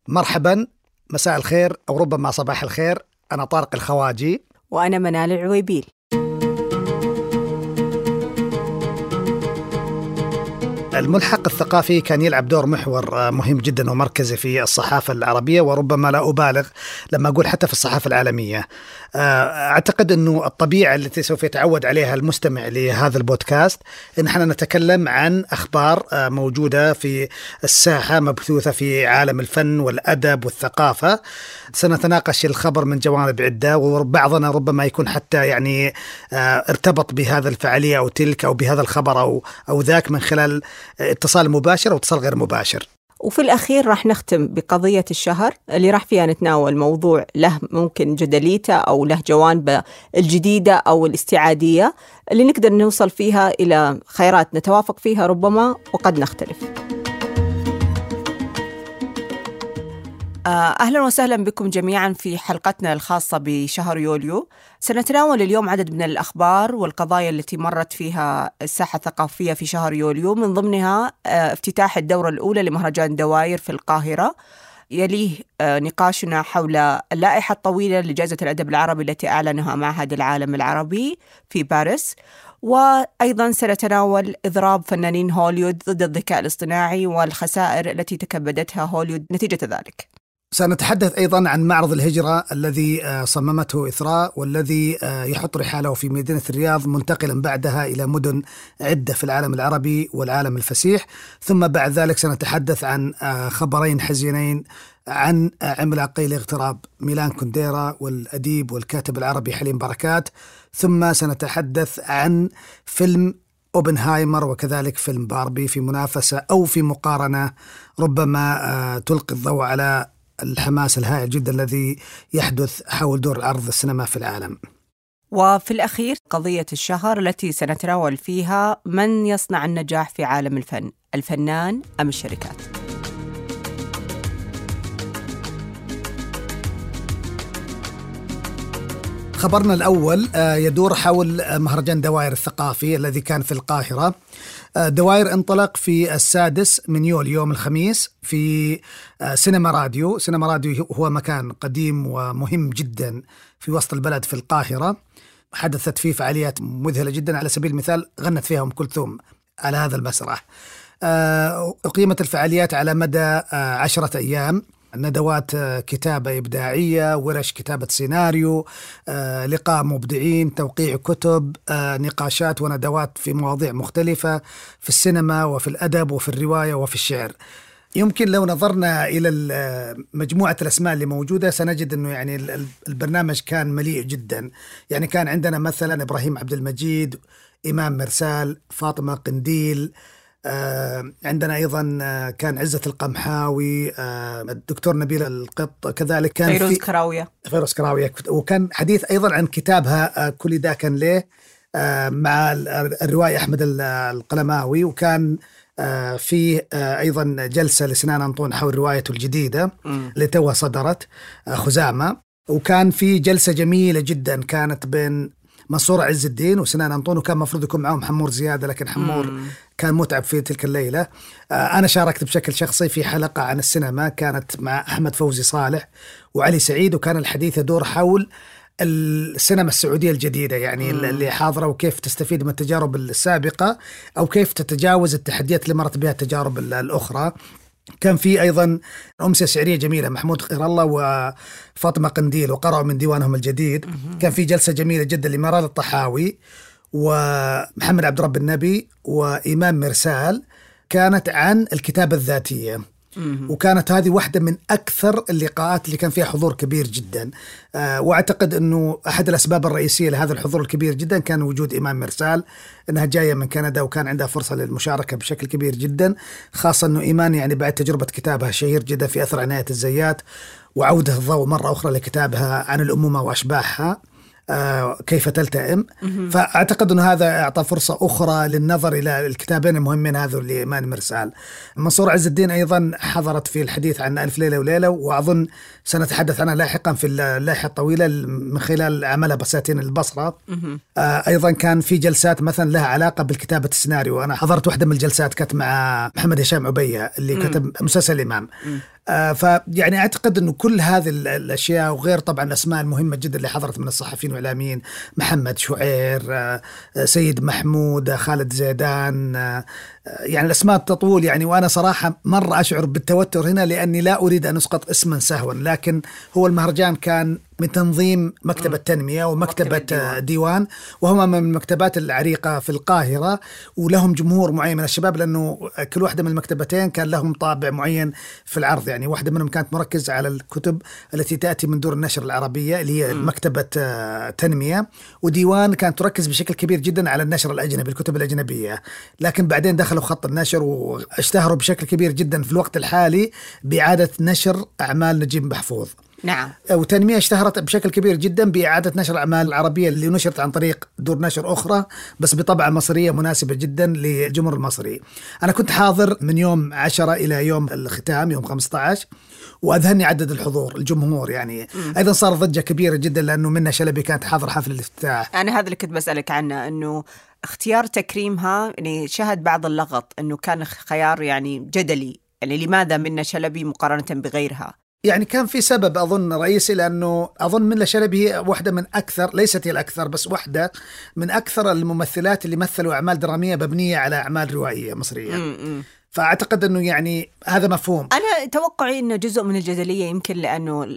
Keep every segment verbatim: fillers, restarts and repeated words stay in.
مرحبا، مساء الخير أو ربما صباح الخير. أنا طارق الخواجي. وأنا منال العويبيل. الملحق الثقافي كان يلعب دور محور مهم جدا ومركزي في الصحافة العربية، وربما لا أبالغ لما أقول حتى في الصحافة العالمية. أعتقد أنه الطبيعة التي سوف يتعود عليها المستمع لهذا البودكاست إن احنا نتكلم عن أخبار موجودة في الساحة، مبثوثة في عالم الفن والأدب والثقافة. سنتناقش الخبر من جوانب عدة، وبعضنا ربما يكون حتى يعني ارتبط بهذا الفعالية أو تلك أو بهذا الخبر أو أو ذاك من خلال اتصال مباشر أو اتصال غير مباشر. وفي الأخير راح نختم بقضية الشهر اللي راح فيها نتناول موضوع له ممكن جدليته أو له جوانب الجديدة أو الاستعادية اللي نقدر نوصل فيها إلى خيرات نتوافق فيها ربما وقد نختلف. أهلا وسهلا بكم جميعا في حلقتنا الخاصة بشهر يوليو. سنتناول اليوم عدد من الأخبار والقضايا التي مرت فيها الساحة الثقافية في شهر يوليو، من ضمنها افتتاح الدورة الأولى لمهرجان دواير في القاهرة، يليه نقاشنا حول اللائحة الطويلة لجائزة الأدب العربي التي أعلنها معهد العالم العربي في باريس، وأيضا سنتناول إضراب فنانين هوليوود ضد الذكاء الاصطناعي والخسائر التي تكبدتها هوليوود نتيجة ذلك. سنتحدث أيضا عن معرض الهجرة الذي صممته إثراء، والذي يحط رحاله في مدينة الرياض منتقلا بعدها إلى مدن عدة في العالم العربي والعالم الفسيح. ثم بعد ذلك سنتحدث عن خبرين حزينين عن عملاقي الاغتراب، ميلان كونديرا والأديب والكاتب العربي حليم بركات. ثم سنتحدث عن فيلم أوبنهايمر وكذلك فيلم باربي في منافسة أو في مقارنة ربما تلقي الضوء على الحماس الهائل جدا الذي يحدث حول دور عرض السينما في العالم. وفي الأخير قضية الشهر التي سنتناول فيها من يصنع النجاح في عالم الفن، الفنان أم الشركات؟ خبرنا الأول يدور حول مهرجان دواير الثقافي الذي كان في القاهرة. دواير انطلق في السادس من يوليو يوم الخميس في سينما راديو. سينما راديو هو مكان قديم ومهم جدا في وسط البلد في القاهرة، حدثت فيه فعاليات مذهلة جدا. على سبيل المثال غنت فيها أم كلثوم على هذا المسرح. أقيمت الفعاليات على مدى عشرة أيام، ندوات كتابة إبداعية، ورش كتابة سيناريو، لقاء مبدعين، توقيع كتب، نقاشات وندوات في مواضيع مختلفة في السينما وفي الأدب وفي الرواية وفي الشعر. يمكن لو نظرنا إلى مجموعة الأسماء اللي موجودة سنجد أنه يعني البرنامج كان مليء جدا. يعني كان عندنا مثلا إبراهيم عبد المجيد، إمام مرسال، فاطمة قنديل، آه عندنا أيضا آه كان عزة القمحاوي، آه الدكتور نبيل القط، كذلك كان فيروز كراوية فيروز كراوية وكان حديث أيضا عن كتابها آه كل دا كان ليه آه مع الرواية أحمد القلماوي. وكان آه في آه أيضا جلسة لسنان أنطون حول روايته الجديدة اللي توها صدرت آه خزامة. وكان في جلسة جميلة جدا كانت بين منصور عز الدين وسنان أنطون، وكان مفروض يكون معهم حمور زيادة لكن حمور مم. كان متعب في تلك الليلة. أنا شاركت بشكل شخصي في حلقة عن السينما كانت مع أحمد فوزي صالح وعلي سعيد، وكان الحديث يدور حول السينما السعودية الجديدة، يعني مم. اللي حاضرة وكيف تستفيد من التجارب السابقة أو كيف تتجاوز التحديات اللي مرت بها التجارب الأخرى. كان في أيضا أمسية شعرية جميلة، محمود خير الله وفاطمة قنديل وقرأوا من ديوانهم الجديد. كان في جلسة جميلة جدا لمراد الطحاوي ومحمد عبد رب النبي وإمام مرسال، كانت عن الكتابة الذاتية. وكانت هذه واحدة من أكثر اللقاءات اللي كان فيها حضور كبير جدا. أه وأعتقد أنه أحد الأسباب الرئيسية لهذا الحضور الكبير جدا كان وجود إمام مرسال، أنها جاية من كندا وكان عندها فرصة للمشاركة بشكل كبير جدا، خاصة أنه إيمان يعني بعد تجربة كتابها شهير جدا في أثر عناية الزيات وعودة الضوء مرة أخرى لكتابها عن الأمومة وأشباحها آه كيف تلتئم. فأعتقد أن هذا أعطى فرصة أخرى للنظر إلى الكتابين المهمين هذو لإيمان مرسال. منصور عز الدين أيضا حضرت في الحديث عن ألف ليلة وليلة، وأظن سنتحدث عنها لاحقا في اللائحة الطويلة من خلال عملها بساتين البصرة. آه أيضا كان في جلسات مثلا لها علاقة بالكتابة السيناريو. أنا حضرت واحدة من الجلسات كانت مع محمد هشام عبية اللي كتب مسلسل الإمام. آه فيعني أعتقد أنه كل هذه الأشياء، وغير طبعا الأسماء المهمة جدا اللي حضرت من الصحفيين والإعلاميين، محمد شعير، آه سيد محمود، آه خالد زيدان، آه يعني الأسماء تطول يعني. وأنا صراحة مرة أشعر بالتوتر هنا لأني لا أريد أن أسقط اسما سهوا، لكن هو المهرجان كان من تنظيم مكتبة تنمية ومكتبة ديوان. ديوان، وهما من المكتبات العريقة في القاهرة، ولهم جمهور معين من الشباب، لأنه كل واحدة من المكتبتين كان لهم طابع معين في العرض. يعني واحدة منهم كانت مركزة على الكتب التي تأتي من دور النشر العربية اللي هي مكتبة تنمية، وديوان كانت تركز بشكل كبير جدا على النشر الأجنبي، الكتب الأجنبية. لكن بعدين دخلوا خط النشر واشتهروا بشكل كبير جدا في الوقت الحالي بإعادة نشر أعمال نجيب محفوظ. نعم. وتنمية اشتهرت بشكل كبير جدا بإعادة نشر الأعمال العربية اللي نشرت عن طريق دور نشر أخرى، بس بطبعة مصرية مناسبة جدا للجمهور المصري. أنا كنت حاضر من يوم عشرة إلى يوم الختام يوم خمسة عشر، وأذهلني عدد الحضور الجمهور يعني. م. أيضا صار ضجة كبيرة جدا لأنه منى شلبي كانت حاضر حفل الافتتاح. أنا هذا اللي كنت بسألك عنه، أنه اختيار تكريمها يعني شهد بعض اللغط، أنه كان خيار يعني جدلي، يعني لماذا منى شلبي مقارنة بغيرها؟ يعني كان في سبب أظن رئيسي، لأنه أظن منى شلبي هي واحدة من أكثر، ليست هي الأكثر بس واحدة من أكثر الممثلات اللي مثلوا أعمال درامية مبنية على أعمال روائية مصرية. م- م. فأعتقد أنه يعني هذا مفهوم. أنا توقعي أنه جزء من الجدلية يمكن لأنه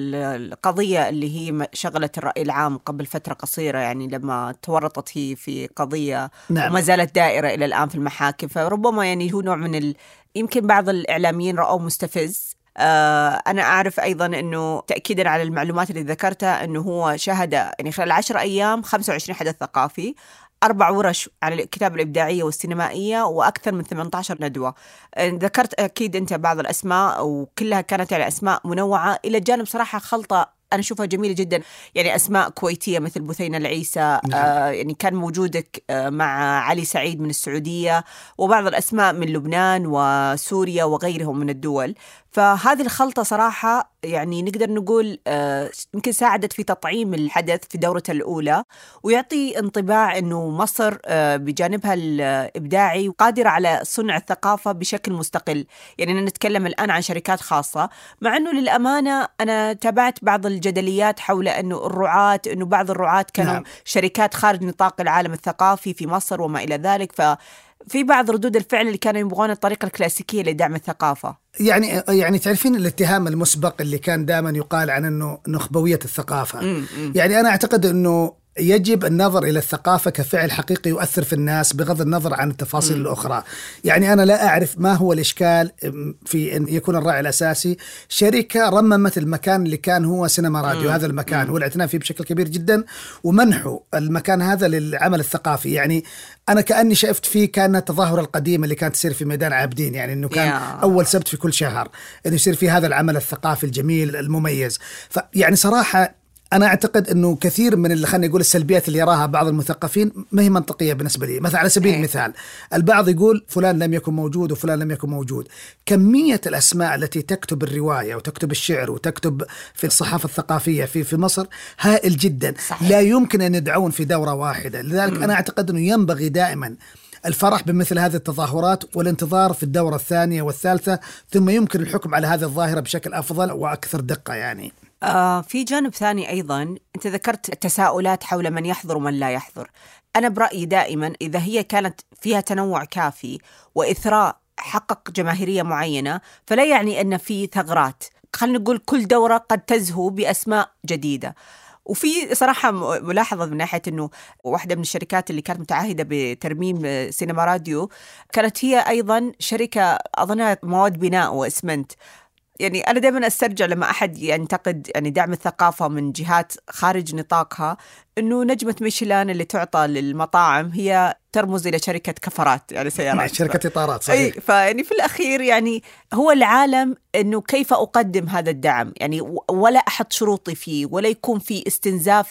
القضية اللي هي شغلت الرأي العام قبل فترة قصيرة، يعني لما تورطت هي في قضية نعم. وما زالت دائرة إلى الآن في المحاكم، فربما يعني هو نوع من ال... يمكن بعض الإعلاميين رأوه مستفز. آه أنا أعرف أيضا أنه تأكيدا على المعلومات اللي ذكرتها أنه هو شهد يعني خلال عشر أيام خمسة وعشرين حدث ثقافي، أربع ورش على الكتاب الإبداعية والسينمائية، وأكثر من ثمانية عشر ندوة. ذكرت أكيد أنت بعض الأسماء وكلها كانت على أسماء منوعة، إلى جانب صراحة خلطة أنا أشوفها جميلة جدا، يعني أسماء كويتية مثل بثينة العيسى، آه يعني كان موجودك آه مع علي سعيد من السعودية، وبعض الأسماء من لبنان وسوريا وغيرهم من الدول. فهذه الخلطة صراحة يعني نقدر نقول آه يمكن ساعدت في تطعيم الحدث في دورته الأولى، ويعطي انطباع أنه مصر آه بجانبها الإبداعي قادرة على صنع الثقافة بشكل مستقل. يعني نتكلم الآن عن شركات خاصة، مع أنه للأمانة أنا تابعت بعض الجدليات حول أنه الرعاة أنه بعض الرعاة كانوا نعم. شركات خارج نطاق العالم الثقافي في مصر وما إلى ذلك، ففي بعض ردود الفعل اللي كانوا يبغون الطريقة الكلاسيكية لدعم الثقافة. يعني يعني تعرفين الاتهام المسبق اللي كان دائما يقال عن أنه نخبوية الثقافة. م- م. يعني أنا أعتقد أنه يجب النظر إلى الثقافة كفعل حقيقي يؤثر في الناس بغض النظر عن التفاصيل م. الأخرى. يعني أنا لا أعرف ما هو الإشكال في أن يكون الراعي الأساسي شركة رممت المكان اللي كان هو سينما راديو، م. هذا المكان والاعتناء فيه بشكل كبير جدا، ومنحوا المكان هذا للعمل الثقافي. يعني أنا كأني شفت فيه كان التظاهرة القديمة اللي كانت تصير في ميدان عابدين، يعني أنه كان yeah. أول سبت في كل شهر أنه يصير في هذا العمل الثقافي الجميل المميز. فيعني صراحة أنا أعتقد أنه كثير من اللي خلينا نقول السلبيات اللي يراها بعض المثقفين ما هي منطقية بالنسبة لي. مثلا على سبيل المثال البعض يقول فلان لم يكن موجود وفلان لم يكن موجود. كمية الأسماء التي تكتب الرواية وتكتب الشعر وتكتب في الصحافة الثقافية في في مصر هائل جدا. صحيح. لا يمكن أن يدعون في دورة واحدة. لذلك م. أنا أعتقد أنه ينبغي دائما الفرح بمثل هذه التظاهرات والانتظار في الدورة الثانية والثالثة، ثم يمكن الحكم على هذه الظاهرة بشكل أفضل وأكثر دقة. يعني آه في جانب ثاني أيضا، أنت ذكرت التساؤلات حول من يحضر ومن لا يحضر. أنا برأيي دائما إذا هي كانت فيها تنوع كافي وإثراء حقق جماهيرية معينة، فلا يعني أن في ثغرات. خلينا نقول كل دورة قد تزهو بأسماء جديدة. وفي صراحة ملاحظة من ناحية أنه واحدة من الشركات اللي كانت متعهدة بترميم سينما راديو كانت هي أيضا شركة أظنها مواد بناء وإسمنت. يعني أنا دائما أسترجع لما أحد ينتقد يعني دعم الثقافة من جهات خارج نطاقها، إنه نجمة ميشيلان اللي تعطى للمطاعم هي ترمز إلى شركة كفرات، يعني سيارات، شركة إطارات. صحيح. أي فيعني في الأخير يعني هو العالم إنه كيف أقدم هذا الدعم، يعني ولا أحد شروطي فيه ولا يكون في استنزاف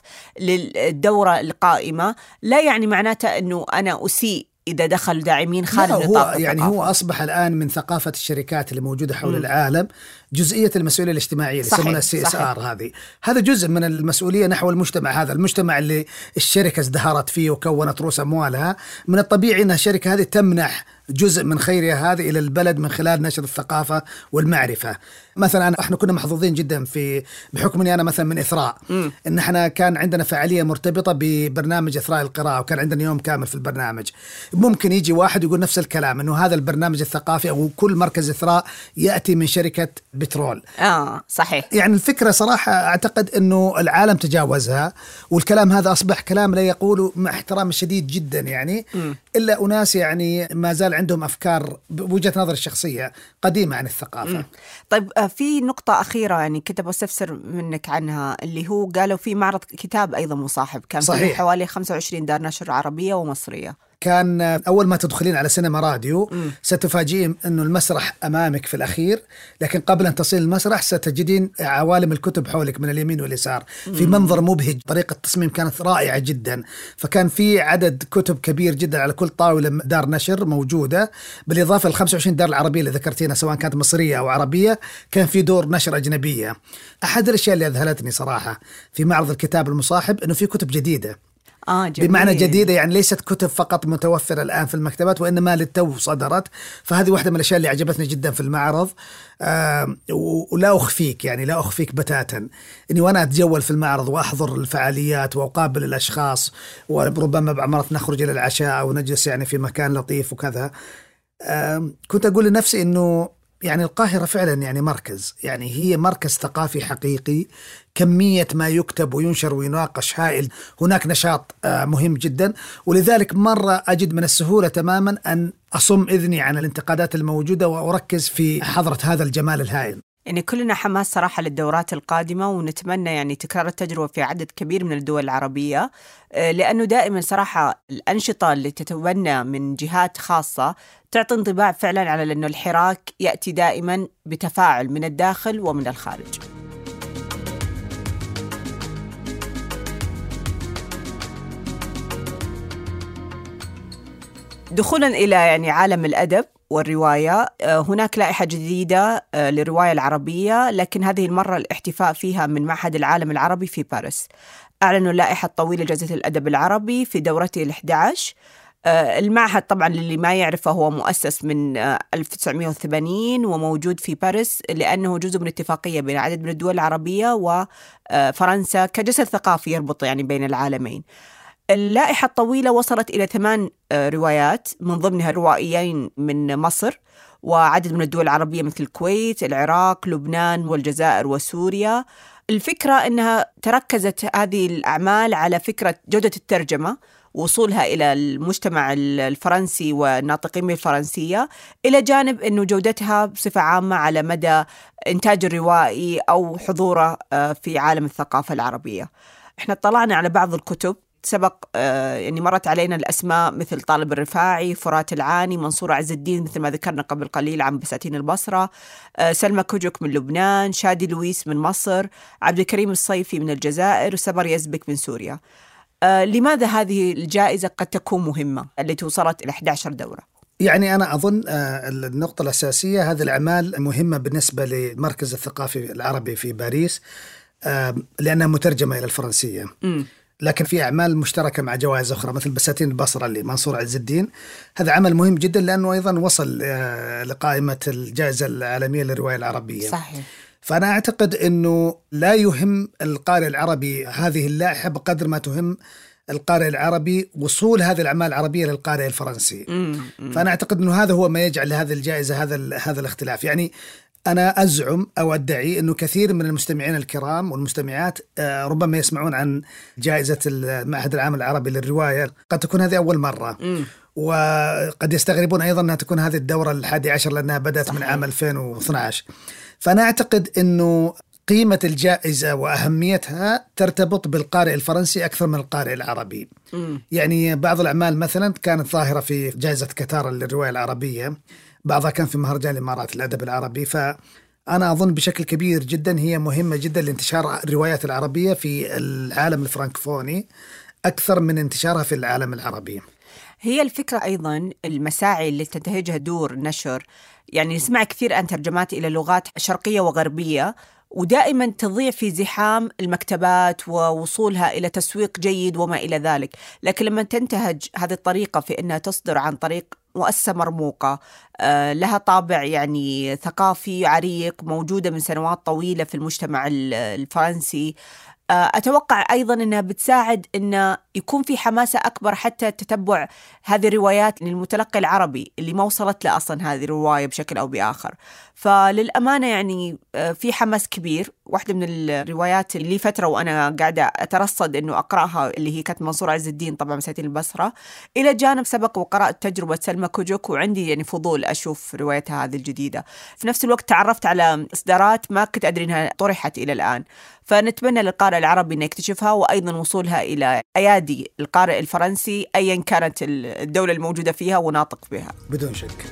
للدورة القائمة، لا يعني معناته إنه أنا أسيء إذا دخل داعمين خارج نطاق يعني هو أصبح الآن من ثقافة الشركات اللي موجودة حول م. العالم جزئية المسؤولية الاجتماعية اللي يسمونها السي اس ار. هذه هذا جزء من المسؤولية نحو المجتمع، هذا المجتمع اللي الشركة ازدهرت فيه وكونت رؤوس أموالها، من الطبيعي أن الشركة هذه تمنح جزء من خيرها هذه إلى البلد من خلال نشر الثقافة والمعرفة. مثلا احنا كنا محظوظين جدا في بحكم اني انا مثلا من إثراء، م. ان احنا كان عندنا فعالية مرتبطة ببرنامج إثراء القراءة، وكان عندنا يوم كامل في البرنامج. ممكن يجي واحد يقول نفس الكلام، انه هذا البرنامج الثقافي او كل مركز إثراء يأتي من شركة بترول. اه صحيح. يعني الفكرة صراحة اعتقد انه العالم تجاوزها، والكلام هذا اصبح كلام لا يقوله مع احترام شديد جدا يعني م. الا اناس يعني ما زال عندهم أفكار بوجهة نظر الشخصية قديمة عن الثقافة. م. طيب في نقطة أخيرة يعني كنت بستفسر منك عنها، اللي هو قالوا في معرض كتاب أيضا مصاحب، كان فيه حوالي خمسة وعشرين دار نشر عربية ومصرية. كان أول ما تدخلين على سينما راديو م. ستفاجئين أنه المسرح أمامك في الأخير، لكن قبل أن تصل المسرح ستجدين عوالم الكتب حولك من اليمين واليسار في منظر مبهج. طريقة التصميم كانت رائعة جدا، فكان في عدد كتب كبير جدا على كل طاولة دار نشر موجودة، بالإضافة لل خمسة وعشرين دار العربية اللي ذكرتينها سواء كانت مصرية أو عربية، كان في دور نشر أجنبية. أحد الأشياء اللي أذهلتني صراحة في معرض الكتاب المصاحب أنه في كتب جديدة. آه بمعنى جديدة، يعني ليست كتب فقط متوفرة الآن في المكتبات، وإنما للتو صدرت. فهذه واحدة من الأشياء اللي عجبتني جدا في المعرض. آه ولا أخفيك يعني لا أخفيك بتاتا إني وأنا أتجول في المعرض وأحضر الفعاليات وأقابل الأشخاص، وربما بعمرت نخرج إلى العشاء أو نجلس يعني في مكان لطيف وكذا، آه كنت أقول لنفسي إنه يعني القاهرة فعلا يعني مركز، يعني هي مركز ثقافي حقيقي. كمية ما يكتب وينشر ويناقش هائل، هناك نشاط مهم جدا، ولذلك مرة أجد من السهولة تماما أن أصم إذني عن الانتقادات الموجودة وأركز في حضرة هذا الجمال الهائل. يعني كلنا حماس صراحة للدورات القادمة، ونتمنى يعني تكرار التجربة في عدد كبير من الدول العربية، لأنه دائما صراحة الأنشطة اللي تتبنى من جهات خاصة تعطي انطباع فعلا على أنه الحراك يأتي دائما بتفاعل من الداخل ومن الخارج. دخولا إلى يعني عالم الأدب والرواية، هناك لائحة جديدة للرواية العربية، لكن هذه المرة الاحتفاء فيها من معهد العالم العربي في باريس. أعلنوا اللائحة الطويلة لجائزة الأدب العربي في دورته الأحد عشر. المعهد طبعا للي ما يعرفه هو مؤسس من ألف وتسعمائة وثمانين وموجود في باريس لأنه جزء من اتفاقية بين عدد من الدول العربية وفرنسا كجسد ثقافي يربط يعني بين العالمين. اللائحة الطويلة وصلت إلى ثمان روايات، من ضمنها روائيين من مصر وعدد من الدول العربية مثل الكويت، العراق، لبنان والجزائر وسوريا. الفكرة أنها تركزت هذه الأعمال على فكرة جودة الترجمة، وصولها إلى المجتمع الفرنسي والناطقين بالفرنسية، إلى جانب أنه جودتها بصفة عامة على مدى إنتاج الروائي أو حضوره في عالم الثقافة العربية. إحنا اطلعنا على بعض الكتب سبق يعني مرت علينا الأسماء مثل طالب الرفاعي، فرات العاني، منصور عز الدين مثل ما ذكرنا قبل قليل عن بساتين البصرة، سلمى كوجك من لبنان، شادي لويس من مصر، عبد الكريم الصيفي من الجزائر، وسبر يزبك من سوريا. لماذا هذه الجائزة قد تكون مهمة التي وصلت إلى أحد عشر دورة؟ يعني أنا أظن النقطة الأساسية هذه الأعمال مهمة بالنسبة للمركز الثقافي العربي في باريس لأنها مترجمة إلى الفرنسية. م. لكن في أعمال مشتركة مع جوائز أخرى مثل بساتين البصرة اللي منصور عز الدين، هذا عمل مهم جدا لأنه أيضا وصل لقائمة الجائزة العالمية للرواية العربية. صحيح. فأنا أعتقد أنه لا يهم القارئ العربي هذه اللائحة بقدر ما تهم القارئ العربي وصول هذه الأعمال العربية للقارئ الفرنسي. م- م. فأنا أعتقد أنه هذا هو ما يجعل هذه الجائزة هذا هذا الاختلاف. يعني أنا أزعم أو أدعي أنه كثير من المستمعين الكرام والمستمعات ربما يسمعون عن جائزة المعهد العام العربي للرواية، قد تكون هذه أول مرة. م. وقد يستغربون أيضا أنها تكون هذه الدورة الحادي عشر لأنها بدأت صحيح. من عام ألفين واثني عشر. فأنا أعتقد أنه قيمة الجائزة وأهميتها ترتبط بالقارئ الفرنسي أكثر من القارئ العربي. م. يعني بعض الأعمال مثلا كانت ظاهرة في جائزة كتار للرواية العربية، بعضها كان في مهرجان الإمارات الأدب العربي. فأنا أظن بشكل كبير جدا هي مهمة جدا لانتشار الروايات العربية في العالم الفرنكفوني أكثر من انتشارها في العالم العربي. هي الفكرة أيضا المساعي اللي تنتهجها دور النشر، يعني نسمع كثير عن ترجمات إلى لغات شرقية وغربية، ودائما تضيع في زحام المكتبات ووصولها إلى تسويق جيد وما إلى ذلك. لكن لما تنتهج هذه الطريقة في أنها تصدر عن طريق مؤسسة مرموقة لها طابع يعني ثقافي عريق موجودة من سنوات طويلة في المجتمع الفرنسي، أتوقع أيضاً أنها بتساعد أن يكون في حماسة أكبر حتى تتبع هذه الروايات للمتلقي العربي اللي ما وصلت له أصلاً هذه الرواية بشكل أو بآخر. فللأمانة يعني في حماس كبير. واحدة من الروايات اللي فترة وأنا قاعدة أترصد أنه أقرأها اللي هي كانت منصور عز الدين طبعاً مساتين البصرة، إلى جانب سبق وقرأت تجربة سلمى كوجوك، وعندي يعني فضول أشوف روايتها هذه الجديدة. في نفس الوقت تعرفت على إصدارات ما كنت أدري أنها طرحت إلى الآن، فنتمنى للقارئ العربي أن يكتشفها، وأيضا وصولها إلى أيادي القارئ الفرنسي أيا كانت الدولة الموجودة فيها وناطق بها بدون شك.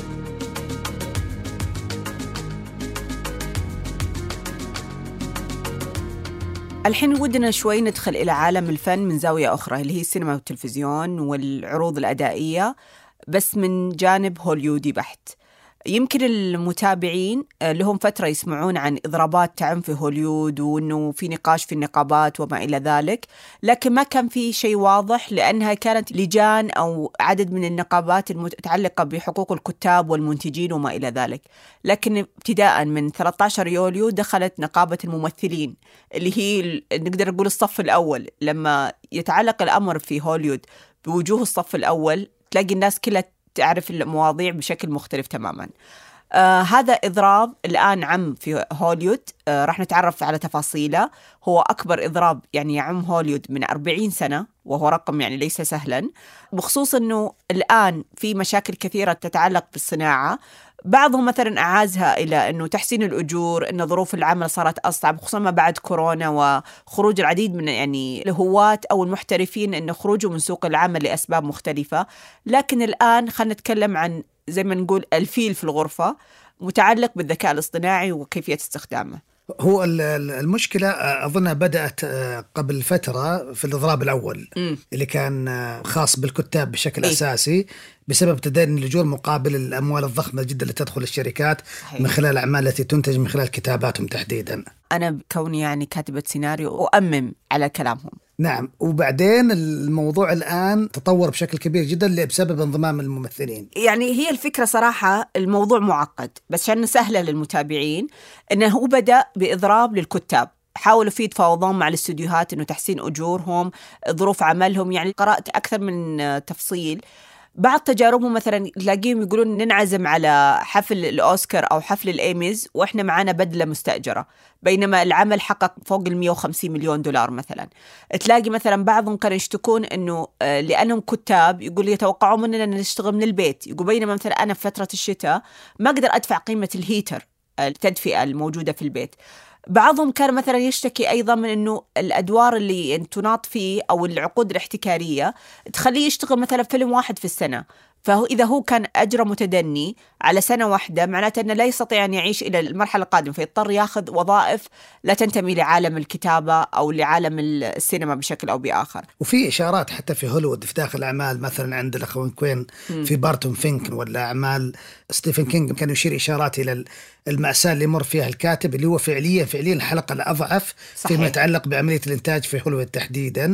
الحين ودنا شوي ندخل إلى عالم الفن من زاوية أخرى اللي هي السينما والتلفزيون والعروض الأدائية، بس من جانب هوليودي بحت. يمكن المتابعين لهم فترة يسمعون عن إضرابات تعم في هوليود وأنه في نقاش في النقابات وما إلى ذلك، لكن ما كان في شيء واضح لأنها كانت لجان أو عدد من النقابات المتعلقة بحقوق الكتاب والمنتجين وما إلى ذلك. لكن ابتداء من ثلاثة عشر يوليو دخلت نقابة الممثلين اللي هي نقدر نقول الصف الأول. لما يتعلق الأمر في هوليود بوجوه الصف الأول تلاقي الناس كلها تعرف المواضيع بشكل مختلف تماما. آه هذا إضراب الآن عم في هوليود، آه راح نتعرف على تفاصيله. هو أكبر إضراب يعني يعم هوليود من أربعين سنة، وهو رقم يعني ليس سهلا، بخصوص أنه الآن في مشاكل كثيرة تتعلق بالصناعة. بعضهم مثلا أعازها إلى أنه تحسين الأجور، أن ظروف العمل صارت أصعب خصوصا ما بعد كورونا وخروج العديد من يعني الهواة أو المحترفين أنه خروجوا من سوق العمل لأسباب مختلفة. لكن الآن خلينا نتكلم عن زي ما نقول الفيل في الغرفة، متعلق بالذكاء الاصطناعي وكيفية استخدامه. هو المشكلة أظنها بدأت قبل فترة في الإضراب الأول م. اللي كان خاص بالكتاب بشكل إيه؟ أساسي بسبب تدين الأجور مقابل الأموال الضخمة جدا اللي تدخل الشركات حقيقي. من خلال الأعمال التي تنتج من خلال كتاباتهم تحديدا. أنا كوني يعني كاتبة سيناريو أؤمم على كلامهم. نعم. وبعدين الموضوع الآن تطور بشكل كبير جدا بسبب انضمام الممثلين. يعني هي الفكرة صراحة الموضوع معقد، بس عشان سهلة للمتابعين أنه بدأ بإضراب للكتاب. حاولوا فيه يتفاوضون مع الاستوديوهات أنه تحسين أجورهم، ظروف عملهم. يعني قرأت أكثر من تفصيل. بعض تجاربهم مثلا تلاقيهم يقولون ننعزم على حفل الأوسكار أو حفل الإيميز وإحنا معانا بدلة مستأجرة، بينما العمل حقق فوق المية وخمسين مليون دولار مثلا. تلاقي مثلا بعضهم كانوا يشتكون أنه لأنهم كتاب يقول يتوقعون مننا أن نشتغل من البيت، يقول بينما مثلا أنا في فترة الشتاء ما أقدر أدفع قيمة الهيتر التدفئة الموجودة في البيت. بعضهم كان مثلا يشتكي أيضا من أنه الأدوار اللي تناط فيه أو العقود الاحتكارية تخليه يشتغل مثلا فيلم واحد في السنة، فهو إذا هو كان أجر متدني على سنة واحدة معناته أنه لا يستطيع أن يعيش إلى المرحلة القادمة، فيضطر يأخذ وظائف لا تنتمي لعالم الكتابة أو لعالم السينما بشكل أو بآخر. وفي إشارات حتى في هوليوود في داخل الأعمال، مثلا عند الأخوين كوين في بارتون فينك ولا أعمال ستيفن كينج، كان يشير إشارات إلى المأساة اللي يمر فيها الكاتب اللي هو فعليا فعليا الحلقة الأضعف فيما يتعلق بعملية الإنتاج في هوليوود تحديدا،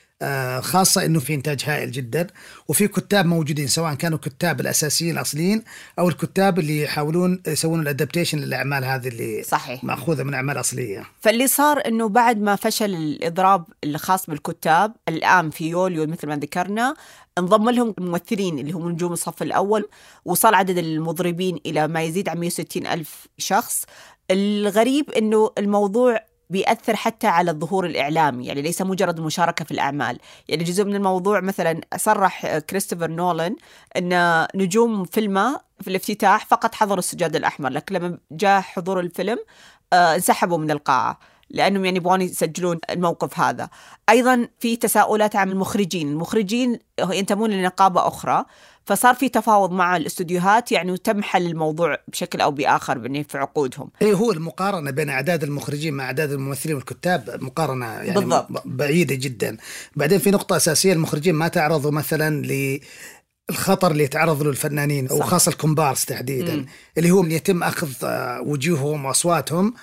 خاصة أنه في إنتاج هائل جدا وفي كتاب موجودين سواء كانوا كتاب الأساسيين الأصليين أو الكتاب اللي يحاولون يسوون الأدابتيشن للأعمال هذه اللي صحيح. مأخوذة من أعمال أصلية. فاللي صار أنه بعد ما فشل الإضراب الخاص بالكتاب الآن في يوليو مثل ما ذكرنا انضم لهم الممثلين اللي هم نجوم الصف الأول، وصل عدد المضربين إلى ما يزيد عن مية وستين ألف شخص. الغريب أنه الموضوع بيأثر حتى على الظهور الإعلامي، يعني ليس مجرد مشاركة في الأعمال. يعني جزء من الموضوع مثلا صرح كريستوفر نولان أن نجوم فيلمه في الافتتاح فقط حضروا السجاد الأحمر، لكن لما جاء حضور الفيلم آه انسحبوا من القاعة لأنهم يعني يبغون يسجلون الموقف هذا. أيضا في تساؤلات عن المخرجين المخرجين ينتمون لنقابة أخرى، فصار في تفاوض مع الاستوديوهات يعني، وتم حل الموضوع بشكل أو بآخر في عقودهم. إيه هو المقارنة بين أعداد المخرجين مع أعداد الممثلين والكتاب مقارنة يعني بالضبط. بعيدة جدا. بعدين في نقطة أساسية، المخرجين ما تعرضوا مثلا ل الخطر اللي يتعرض له الفنانين، وخاصة الكومبارس تحديدا، م. اللي هو يتم أخذ وجوههم وأصواتهم،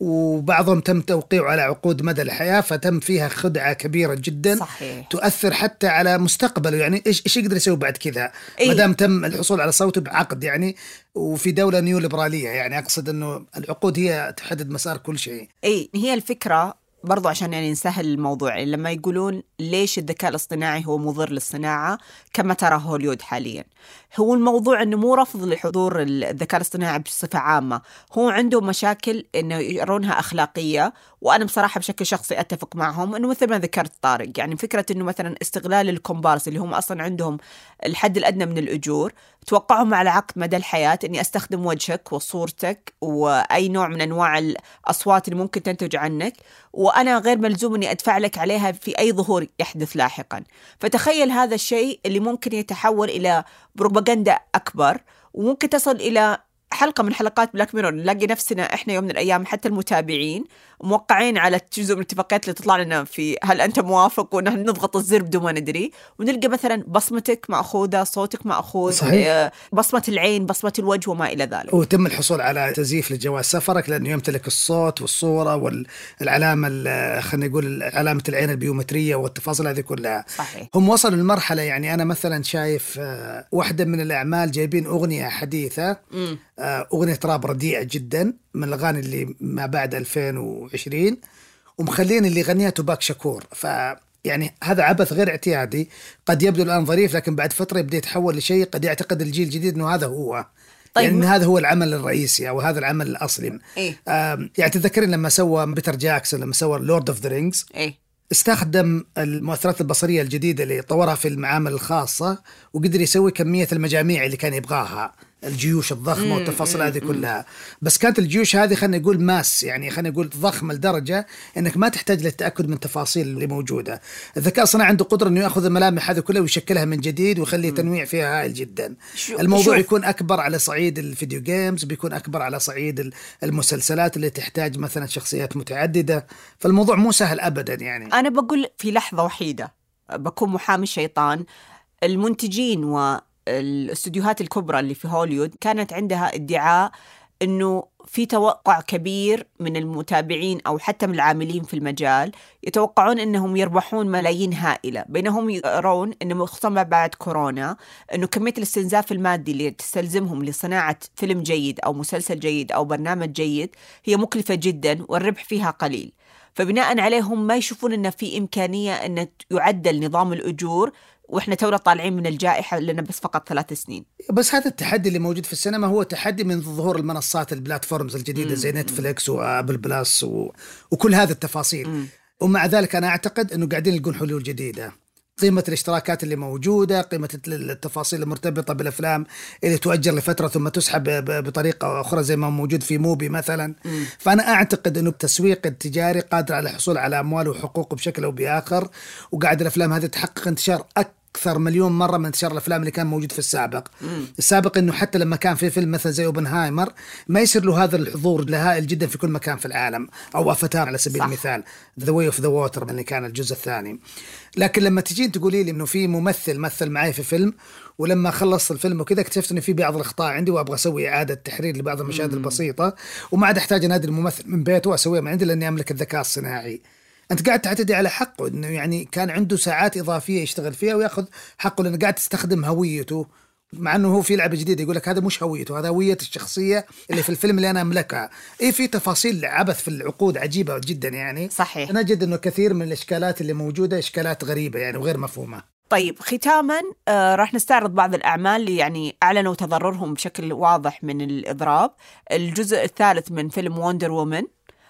وبعضهم تم توقيعه على عقود مدى الحياة، فتم فيها خدعة كبيرة جدا. صحيح. تؤثر حتى على مستقبله، يعني إيش إيش يقدر يسوي بعد كذا إيه؟ مدام تم الحصول على صوته بعقد يعني، وفي دولة نيو ليبرالية، يعني أقصد أنه العقود هي تحدد مسار كل شيء. إيه هي الفكرة برضو، عشان يعني نسهل الموضوع. لما يقولون ليش الذكاء الاصطناعي هو مضر للصناعة كما ترى هوليود حاليا، هو الموضوع أنه مو رفض لحضور الذكاء الاصطناعي بصفة عامة، هو عنده مشاكل أنه يرونها أخلاقية، وأنا بصراحة بشكل شخصي أتفق معهم. أنه مثل ما ذكرت طارق، يعني فكرة أنه مثلا استغلال الكومبارس اللي هم أصلا عندهم الحد الأدنى من الأجور، توقعهم على عقد مدى الحياة أني أستخدم وجهك وصورتك وأي نوع من أنواع الأصوات اللي ممكن تنتج عنك، وأنا غير ملزوم أني أدفع لك عليها في أي ظهور يحدث لاحقا. فتخيل هذا الشيء اللي ممكن يتحول إلى بروباغندا أكبر، وممكن تصل إلى حلقة من حلقات بلاك ميرور نلاقي نفسنا إحنا يوم من الأيام حتى المتابعين موقعين على جزء من الاتفاقيات اللي تطلع لنا في هل أنت موافق، ونحن نضغط الزر بدون ما ندري، ونلقى مثلا بصمتك مأخوذة، صوتك مأخوذ، صحيح. بصمة العين، بصمة الوجه، وما إلى ذلك. وتم الحصول على تزييف لجواز سفرك لأنه يمتلك الصوت والصورة والعلامة، خلينا نقول علامة العين البيومترية والتفاصيل هذه كلها. صحيح. هم وصلوا للمرحلة، يعني أنا مثلا شايف واحدة من الأعمال جايبين أغنية حديثة، م. أغنية راب رديئة جدا من الأغاني اللي ما بعد ألفين وعشرين، ومخلين اللي غنيها توباك شاكور. ف يعني هذا عبث غير اعتيادي، قد يبدو الآن ظريف، لكن بعد فترة يبدأ يتحول لشيء قد يعتقد الجيل الجديد أنه هذا هو. طيب. يعني هذا هو العمل الرئيسي أو هذا العمل الأصلي. إيه؟ يعني تذكرين لما سوى بيتر جاكسون، لما سوى لورد اوف ذا رينجز، إيه؟ استخدم المؤثرات البصرية الجديدة اللي طورها في المعامل الخاصة، وقدر يسوي كمية المجاميع اللي كان يبغاها، الجيوش الضخمة والتفاصيل هذه كلها. بس كانت الجيوش هذه خلينا نقول ماس، يعني خلينا نقول ضخمة لدرجة انك ما تحتاج للتأكد من التفاصيل اللي موجودة. الذكاء الصناعي عنده قدرة انه ياخذ الملامح هذه كلها ويشكلها من جديد ويخلي تنويع فيها هائل جدا. الموضوع شوف. يكون اكبر على صعيد الفيديو جيمز، بيكون اكبر على صعيد المسلسلات اللي تحتاج مثلا شخصيات متعددة، فالموضوع مو سهل ابدا. يعني انا بقول في لحظة وحيدة بكون محامي الشيطان، المنتجين و الاستوديوهات الكبرى اللي في هوليوود كانت عندها ادعاء أنه في توقع كبير من المتابعين أو حتى من العاملين في المجال، يتوقعون أنهم يربحون ملايين هائلة، بينهم يرون أنه خصوصا بعد كورونا أنه كمية الاستنزاف المادي اللي تستلزمهم لصناعة فيلم جيد أو مسلسل جيد أو برنامج جيد هي مكلفة جدا والربح فيها قليل. فبناء عليهم ما يشوفون أنه في إمكانية أن يعدل نظام الأجور، وإحنا تونا طالعين من الجائحة لنا بس فقط ثلاث سنين. بس هذا التحدي اللي موجود في السينما هو تحدي من ظهور المنصات البلاتفورمز الجديدة زي نتفليكس وآبل بلاس و... وكل هذه التفاصيل. مم. ومع ذلك أنا أعتقد أنه قاعدين يلقون حلول جديدة، قيمة الاشتراكات اللي موجودة، قيمة التفاصيل المرتبطة بالأفلام اللي تؤجر لفترة ثم تسحب بطريقة أخرى زي ما موجود في موبي مثلا. م. فأنا أعتقد أنه التسويق التجاري قادر على الحصول على أموال وحقوق بشكل أو بآخر، وقاعد الأفلام هذه تحقق انتشار أكثر مليون مرة من انتشار الأفلام اللي كان موجود في السابق. مم. السابق إنه حتى لما كان في فيلم مثلا زي أوبنهايمر ما يصير له هذا الحضور الهائل جدا في كل مكان في العالم، أو أفاتار على سبيل صح. المثال The Way of the Water اللي كان الجزء الثاني. لكن لما تجين تقولي لي إنه في ممثل مثل معي في فيلم ولما خلص الفيلم وكذا اكتشفت إنه في بعض الأخطاء عندي وأبغى أسوي إعادة تحرير لبعض المشاهد مم. البسيطة، وما عاد أحتاج أنادي الممثل من بيته وأسويها من عندي لأني أملك الذكاء الصناعي. أنت قاعد تعتدي على حقه، إنه يعني كان عنده ساعات إضافية يشتغل فيها ويأخذ حقه لأنه قاعد تستخدم هويته، مع أنه هو في لعبة جديدة يقول لك هذا مش هويته، هذا هوية الشخصية اللي في الفيلم اللي أنا أملكها. إيه في تفاصيل عبث في العقود عجيبة جدا يعني. صحيح. نجد إنه كثير من الإشكالات اللي موجودة إشكالات غريبة يعني وغير مفهومة. طيب ختاما آه راح نستعرض بعض الأعمال اللي يعني أعلنوا تضررهم بشكل واضح من الإضراب. الجزء الثالث من فيلم وندر وومن،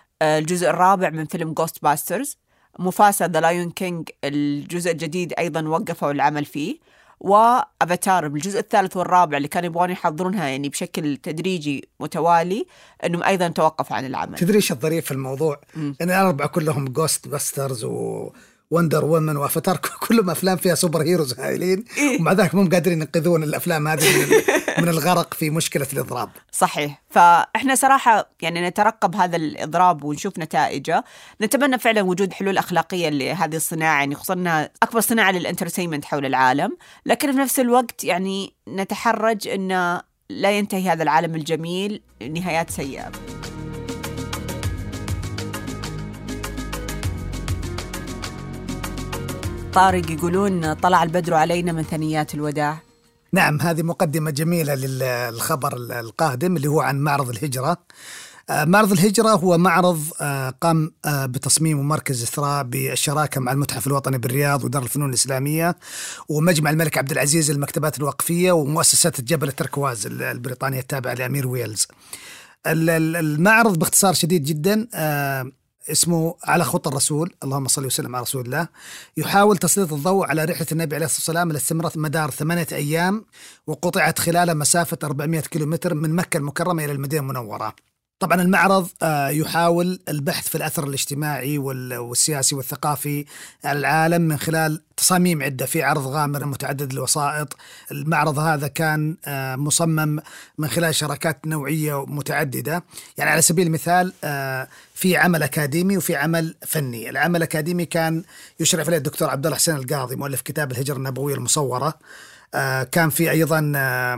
الجزء الرابع من فيلم غوست باسترز، مفاسا ذا لايون كينج الجزء الجديد أيضا وقفوا العمل فيه، وأفاتار الجزء الثالث والرابع اللي كانوا يبغون يحضرونها يعني بشكل تدريجي متوالي أنهم أيضا توقفوا عن العمل. تدريش الظريف في الموضوع م. أن الأربعة كلهم غوست باسترز و... وندر وومن وأفاتار كلهم أفلام فيها سوبر هيروز هائلين، ومع ذلك مو قادرين ينقذون الأفلام هذه من, من الغرق في مشكلة الإضراب. صحيح. فإحنا صراحة يعني نترقب هذا الإضراب ونشوف نتائجه. نتمنى فعلا وجود حلول أخلاقية لهذه الصناعة، يعني خصوصا أكبر صناعة للإنترتينمنت حول العالم، لكن في نفس الوقت يعني نتحرج أن لا ينتهي هذا العالم الجميل نهايات سيئة. طارق، يقولون طلع البدر علينا من ثنيات الوداع. نعم، هذه مقدمة جميلة للخبر القادم اللي هو عن معرض الهجرة. معرض الهجرة هو معرض قام بتصميمه مركز إثراء بالشراكة مع المتحف الوطني بالرياض ودار الفنون الإسلامية ومجمع الملك عبد العزيز للمكتبات الوقفية ومؤسسة جبل التركواز البريطانية التابعة لأمير ويلز. المعرض باختصار شديد جدا اسمه على خط الرسول، اللهم صل وسلم على رسول الله، يحاول تسليط الضوء على رحلة النبي عليه الصلاة والسلام اللي استمرت مدار ثمانية أيام وقطعت خلالها مسافة أربعمائة كيلومتر من مكة المكرمة إلى المدينة المنورة. طبعا المعرض يحاول البحث في الأثر الاجتماعي والسياسي والثقافي على العالم من خلال تصاميم عدة في عرض غامر متعدد الوسائط. المعرض هذا كان مصمم من خلال شراكات نوعية متعددة، يعني على سبيل المثال في عمل أكاديمي وفي عمل فني. العمل الأكاديمي كان يشرف عليه الدكتور عبد الله حسين القاضي مؤلف كتاب الهجرة النبوية المصورة. كان في أيضا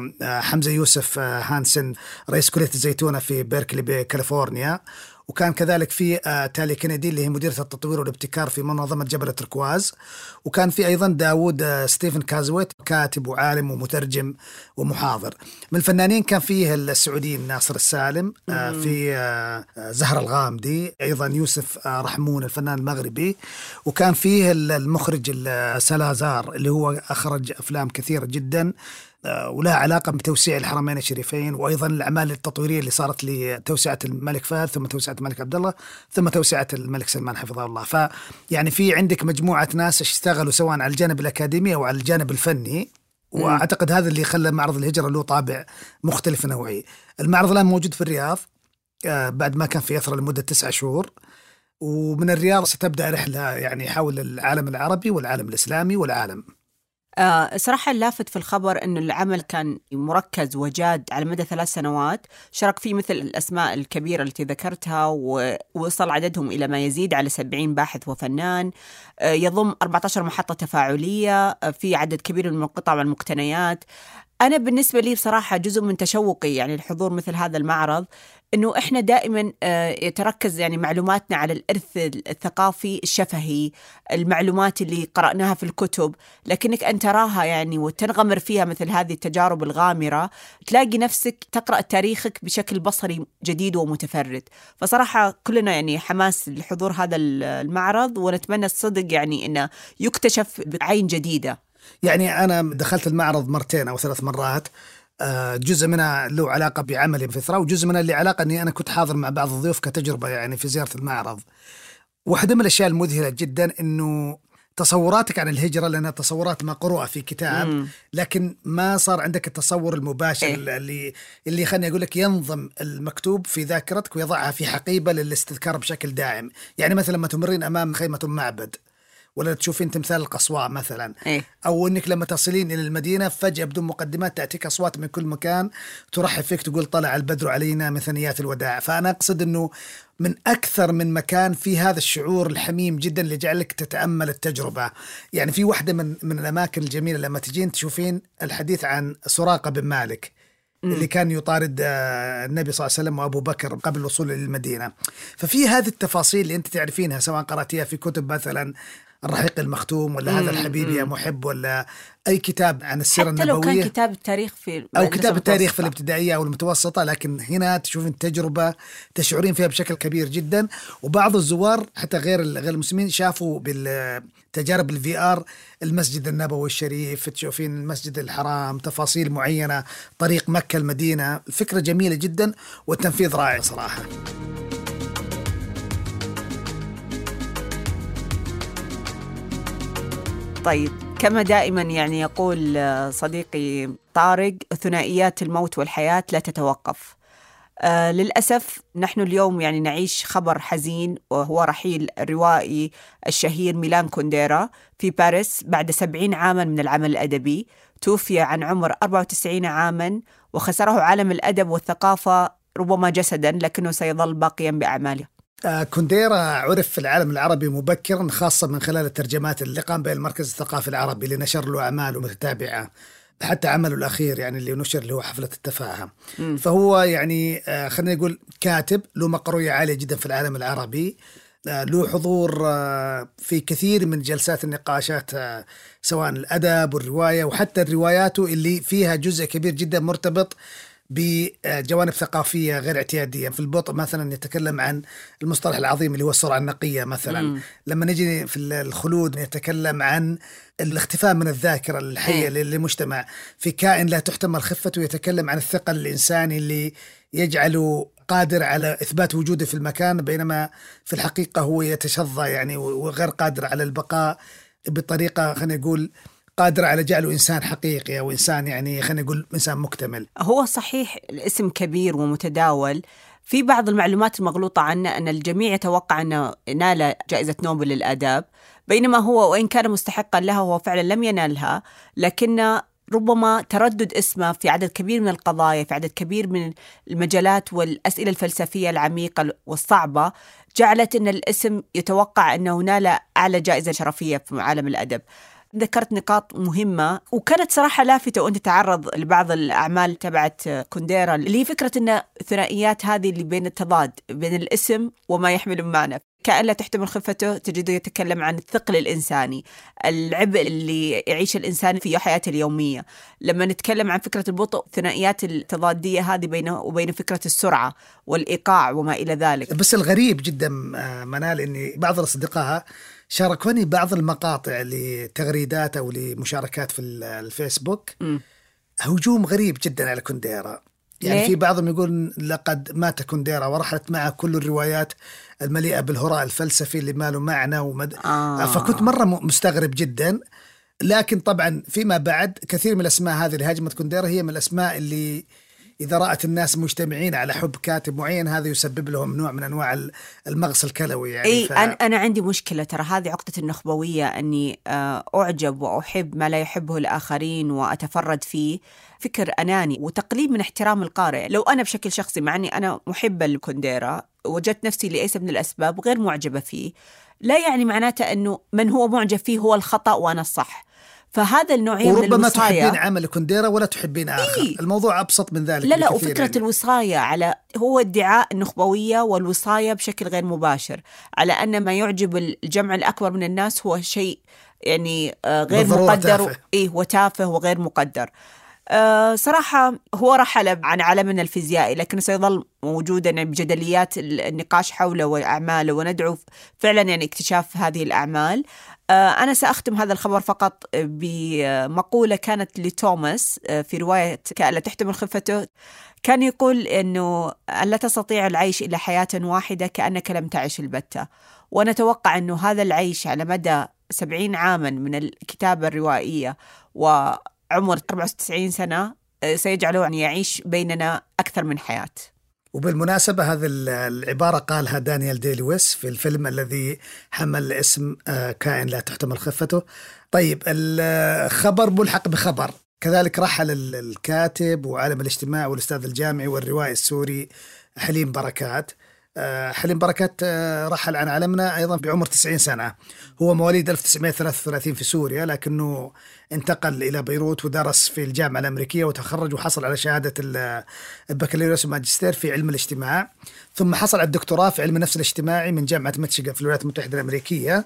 حمزة يوسف هانسن رئيس كلية الزيتونة في بيركلي بكاليفورنيا، وكان كذلك في تالي كندي اللي هي مديرة التطوير والابتكار في منظمة جبل التركواز، وكان في أيضا داود ستيفن كازويت كاتب وعالم ومترجم ومحاضر. من الفنانين كان فيه السعوديين ناصر السالم، في زهر الغامدي، أيضا يوسف رحمون الفنان المغربي، وكان فيه المخرج سلازار اللي هو أخرج أفلام كثيرة جدا ولها علاقة بتوسيع الحرمين الشريفين، وأيضا الأعمال التطويرية اللي صارت لتوسعة الملك فهد ثم توسعة الملك عبد الله ثم توسعة الملك سلمان حفظه الله. فيعني في عندك مجموعة ناس اشتغلوا سواء على الجانب الأكاديمي أو على الجانب الفني، وأعتقد هذا اللي خلى معرض الهجرة له طابع مختلف نوعي. المعرض الآن موجود في الرياض بعد ما كان في يثرى لمدة تسعة شهور، ومن الرياض ستبدأ رحلة يعني حول العالم العربي والعالم الإسلامي والعالم. آه صراحة اللافت في الخبر أن العمل كان مركز وجاد على مدى ثلاث سنوات، شارك فيه مثل الأسماء الكبيرة التي ذكرتها، ووصل عددهم إلى ما يزيد على سبعين باحث وفنان. آه يضم أربعة عشر محطة تفاعلية، آه في عدد كبير من القطع والمقتنيات. أنا بالنسبة لي بصراحة جزء من تشوقي يعني الحضور مثل هذا المعرض إنه إحنا دائما يتركز يعني معلوماتنا على الإرث الثقافي الشفهي، المعلومات اللي قرأناها في الكتب، لكنك أن تراها يعني وتنغمر فيها مثل هذه التجارب الغامرة، تلاقي نفسك تقرأ تاريخك بشكل بصري جديد ومتفرد. فصراحة كلنا يعني حماس لحضور هذا المعرض، ونتمنى الصدق يعني إنه يكتشف بعين جديدة. يعني أنا دخلت المعرض مرتين أو ثلاث مرات، جزء منها له علاقة بعملي في إثراء، وجزء منها اللي علاقة أني أنا كنت حاضر مع بعض الضيوف كتجربة يعني في زيارة المعرض. واحدة من الأشياء المذهلة جدا أنه تصوراتك عن الهجرة لأنها تصورات مقروءة في كتاب، م. لكن ما صار عندك التصور المباشر إيه؟ اللي اللي خلني أقول لك ينظم المكتوب في ذاكرتك ويضعها في حقيبة للاستذكار بشكل دائم. يعني مثلا لما تمرين أمام خيمة معبد ولا تشوفين تمثال القصواء مثلا، إيه؟ أو أنك لما تصلين إلى المدينة فجأة بدون مقدمات تأتيك أصوات من كل مكان ترحب فيك تقول طلع البدر علينا من ثنيات الوداع. فأنا أقصد أنه من أكثر من مكان في هذا الشعور الحميم جدا اللي جعلك تتأمل التجربة. يعني في واحدة من, من الأماكن الجميلة لما تجين تشوفين الحديث عن سراقة بن مالك اللي كان يطارد النبي صلى الله عليه وسلم وأبو بكر قبل الوصول للمدينة. ففي هذه التفاصيل اللي أنت تعرفينها سواء قرأتيها في كتب مثلا الرحيق المختوم ولا هذا الحبيب يا محب ولا أي كتاب عن السيرة النبوية، حتى لو كان كتاب التاريخ في أو كتاب التاريخ في الابتدائية أو المتوسطة، لكن هنا تشوفين تجربة تشعرين فيها بشكل كبير جدا. وبعض الزوار حتى غير غير المسلمين شافوا بالتجارب الفي آر المسجد النبوي الشريف، تشوفين المسجد الحرام، تفاصيل معينة، طريق مكة المدينة. الفكرة جميلة جدا والتنفيذ رائع صراحة. طيب كما دائما يعني يقول صديقي طارق، ثنائيات الموت والحياة لا تتوقف. آه للأسف نحن اليوم يعني نعيش خبر حزين، وهو رحيل الروائي الشهير ميلان كونديرا في باريس بعد سبعين عاما من العمل الأدبي. توفي عن عمر أربعة وتسعين عاما، وخسره عالم الأدب والثقافة ربما جسدا، لكنه سيظل باقيا بأعماله. كونديرا عرف في العالم العربي مبكرا، خاصة من خلال الترجمات اللي قام بها المركز الثقافي العربي اللي نشر له أعماله متتابعة، حتى عمله الأخير يعني اللي نشر اللي هو حفلة التفاهة. م. فهو يعني خلينا نقول كاتب له مقروية عالية جدا في العالم العربي، له حضور في كثير من جلسات النقاشات سواء الأدب والرواية، وحتى رواياته اللي فيها جزء كبير جدا مرتبط بجوانب ثقافية غير اعتيادية. في البطء مثلا يتكلم عن المصطلح العظيم اللي هو السرعة النقية مثلا. م. لما نجي في الخلود يتكلم عن الاختفاء من الذاكرة الحية للمجتمع. في كائن لا تحتمل خفته يتكلم عن الثقل الإنساني اللي يجعله قادر على إثبات وجوده في المكان، بينما في الحقيقة هو يتشظى يعني وغير قادر على البقاء بطريقة خلينا نقول قادر على جعله إنسان حقيقي أو إنسان يعني خلينا نقول إنسان مكتمل. هو صحيح الاسم كبير ومتداول، في بعض المعلومات المغلوطة عنه أن الجميع يتوقع أنه نال جائزة نوبل للآداب، بينما هو وإن كان مستحقا لها هو فعلا لم ينالها، لكن ربما تردد اسمه في عدد كبير من القضايا في عدد كبير من المجالات والأسئلة الفلسفية العميقة والصعبة جعلت أن الاسم يتوقع أنه نال أعلى جائزة شرفية في عالم الأدب. ذكرت نقاط مهمة، وكانت صراحة لافتة وأنت تعرض لبعض الأعمال تبعت كونديرا اللي هي فكرة أن الثنائيات هذه اللي بين التضاد بين الاسم وما يحمل معنى. كائن لا تحتمل خفته تجده يتكلم عن الثقل الإنساني، العبء اللي يعيش الإنسان في حياته اليومية. لما نتكلم عن فكرة البطء، الثنائيات التضادية هذه بينه وبين فكرة السرعة والإيقاع وما إلى ذلك. بس الغريب جدا منال أني بعض الأصدقاء شاركوني بعض المقاطع لتغريدات أو لمشاركات في الفيسبوك. م. هجوم غريب جدا على كونديرا، يعني ليه؟ في بعضهم يقول لقد مات كونديرا ورحلت معه كل الروايات المليئة بالهراء الفلسفي اللي ما له معنى ومد... آه. فكنت مرة مستغرب جدا. لكن طبعا فيما بعد كثير من الأسماء هذه اللي هاجمت كونديرا هي من الأسماء اللي إذا رأت الناس مجتمعين على حب كاتب معين هذا يسبب لهم نوع من أنواع المغص الكلوي يعني. إيه ف... أنا عندي مشكلة، ترى هذه عقدة النخبوية، أني أعجب وأحب ما لا يحبه الآخرين وأتفرد فيه. فكر أناني وتقليل من احترام القارئ. لو أنا بشكل شخصي مع أني أنا محبة لكونديرا وجدت نفسي لأي سبب من الأسباب غير معجبة فيه، لا يعني معناته أنه من هو معجب فيه هو الخطأ وأنا الصح. فهذا النوعية من الوصاية، وربما تحبين عمل كونديرا ولا تحبين آخر. إيه؟ الموضوع أبسط من ذلك. لا لا وفكرة يعني. الوصاية على هو ادعاء النخبوية والوصاية بشكل غير مباشر على أن ما يعجب الجمع الأكبر من الناس هو شيء يعني غير مقدر تافه. إيه وتافه وغير مقدر. أه صراحة هو رحل عن عالمنا الفيزيائي، لكنه سيظل موجودا يعني بجدليات النقاش حوله وأعماله، وندعو فعلا يعني اكتشاف هذه الأعمال. أه أنا سأختم هذا الخبر فقط بمقولة كانت لتوماس في رواية كائن لا تحتمل خفته. كان يقول أنه لا تستطيع العيش إلا حياة واحدة كأنك لم تعيش البتة. ونتوقع أنه هذا العيش على مدى سبعين عاما من الكتابة الروائية و عمر أربعة وتسعين سنة سيجعله أن يعيش بيننا أكثر من حياة. وبالمناسبة هذه العبارة قالها دانيال دي لويس في الفيلم الذي حمل اسم كائن لا تحتمل خفته. طيب الخبر ملحق بخبر، كذلك رحل الكاتب وعالم الاجتماع والأستاذ الجامعي والروائي السوري حليم بركات. حليم بركات رحل عن عالمنا أيضا بعمر تسعين سنة. هو مواليد ألف وتسعمائة وثلاثة وثلاثين في سوريا، لكنه انتقل إلى بيروت ودرس في الجامعة الأمريكية وتخرج وحصل على شهادة البكالوريوس والماجستير في علم الاجتماع، ثم حصل على الدكتوراه في علم النفس الاجتماعي من جامعة ميشيغان في الولايات المتحدة الأمريكية،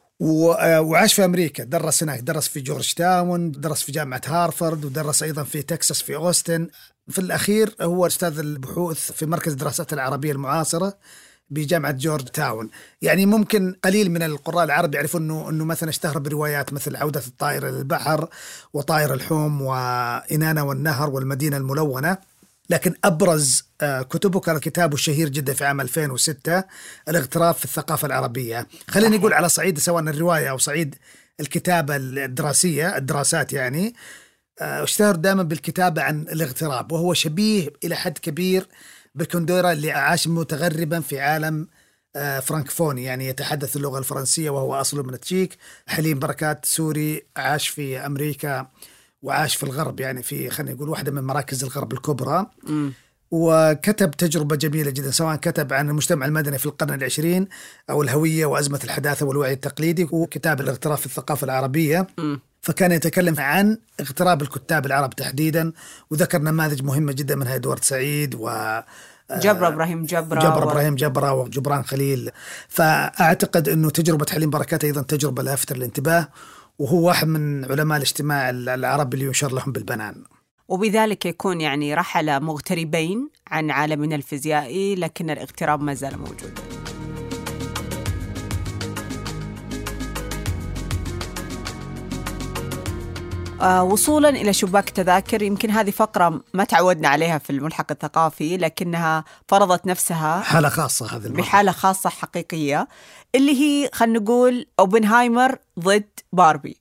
وعاش في أمريكا. درس هناك، درس في جورج تاون، درس في جامعة هارفارد، ودرس أيضا في تكساس في أوستن. في الأخير هو أستاذ البحوث في مركز الدراسات العربية المعاصرة بجامعة جورج تاون. يعني ممكن قليل من القراء العرب يعرفون أنه, أنه مثلا اشتهر بروايات مثل عودة الطائر للبحر وطائر الحوم وإنانة والنهر والمدينة الملونة، لكن أبرز كتبه كان كتابه الشهير جدا في عام ألفين وستة الاغتراب في الثقافة العربية. خلينا نقول على صعيد سواء الرواية أو صعيد الكتابة الدراسية الدراسات يعني اشتهر دائما بالكتابة عن الاغتراب، وهو شبيه إلى حد كبير بكندورا اللي عاش متغربا في عالم فرانكفوني، يعني يتحدث اللغة الفرنسية وهو أصله من التشيك. حليم بركات سوري عاش في أمريكا وعاش في الغرب، يعني في خلينا نقول واحدة من مراكز الغرب الكبرى. م. وكتب تجربة جميلة جدا، سواء كتب عن المجتمع المدني في القرن العشرين أو الهوية وأزمة الحداثة والوعي التقليدي، وكتاب الاغتراب في الثقافة العربية. م. فكان يتكلم عن اغتراب الكتاب العرب تحديدا، وذكر نماذج مهمة جدا منها إدوارد سعيد و جبرة إبراهيم جبرة جبرة و... إبراهيم جبرة وجبران خليل. فأعتقد أنه تجربة حليم بركات أيضا تجربة لافتة للانتباه، وهو واحد من علماء الاجتماع العرب اللي يشار لهم بالبنان. وبذلك يكون يعني رحل مغتربين عن عالمنا الفيزيائي، لكن الاغتراب ما زال موجود. آه وصولا إلى شباك تذاكر، يمكن هذه فقرة ما تعودنا عليها في الملحق الثقافي، لكنها فرضت نفسها حالة خاصة، هذه المرة بحالة خاصة حقيقية، اللي هي خلينا نقول أوبنهايمر ضد باربي.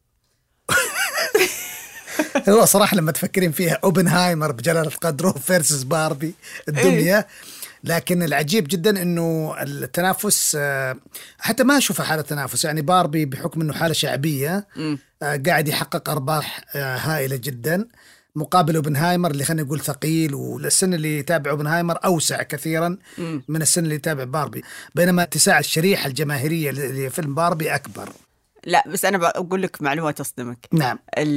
هو صراحة لما تفكرين فيها أوبنهايمر بجلالة قدره فيرسس باربي الدمية، لكن العجيب جدا أنه التنافس حتى ما أشوفها حالة تنافس. يعني باربي بحكم أنه حالة شعبية قاعد يحقق أرباح هائلة جدا، مقابل أوبنهايمر اللي خلينا نقول ثقيل، والسن اللي يتابع أوبنهايمر أوسع كثيرا من السن اللي يتابع باربي، بينما اتساع الشريحة الجماهيرية لفيلم باربي أكبر. لا بس أنا بقول لك معلومة تصدمك. نعم.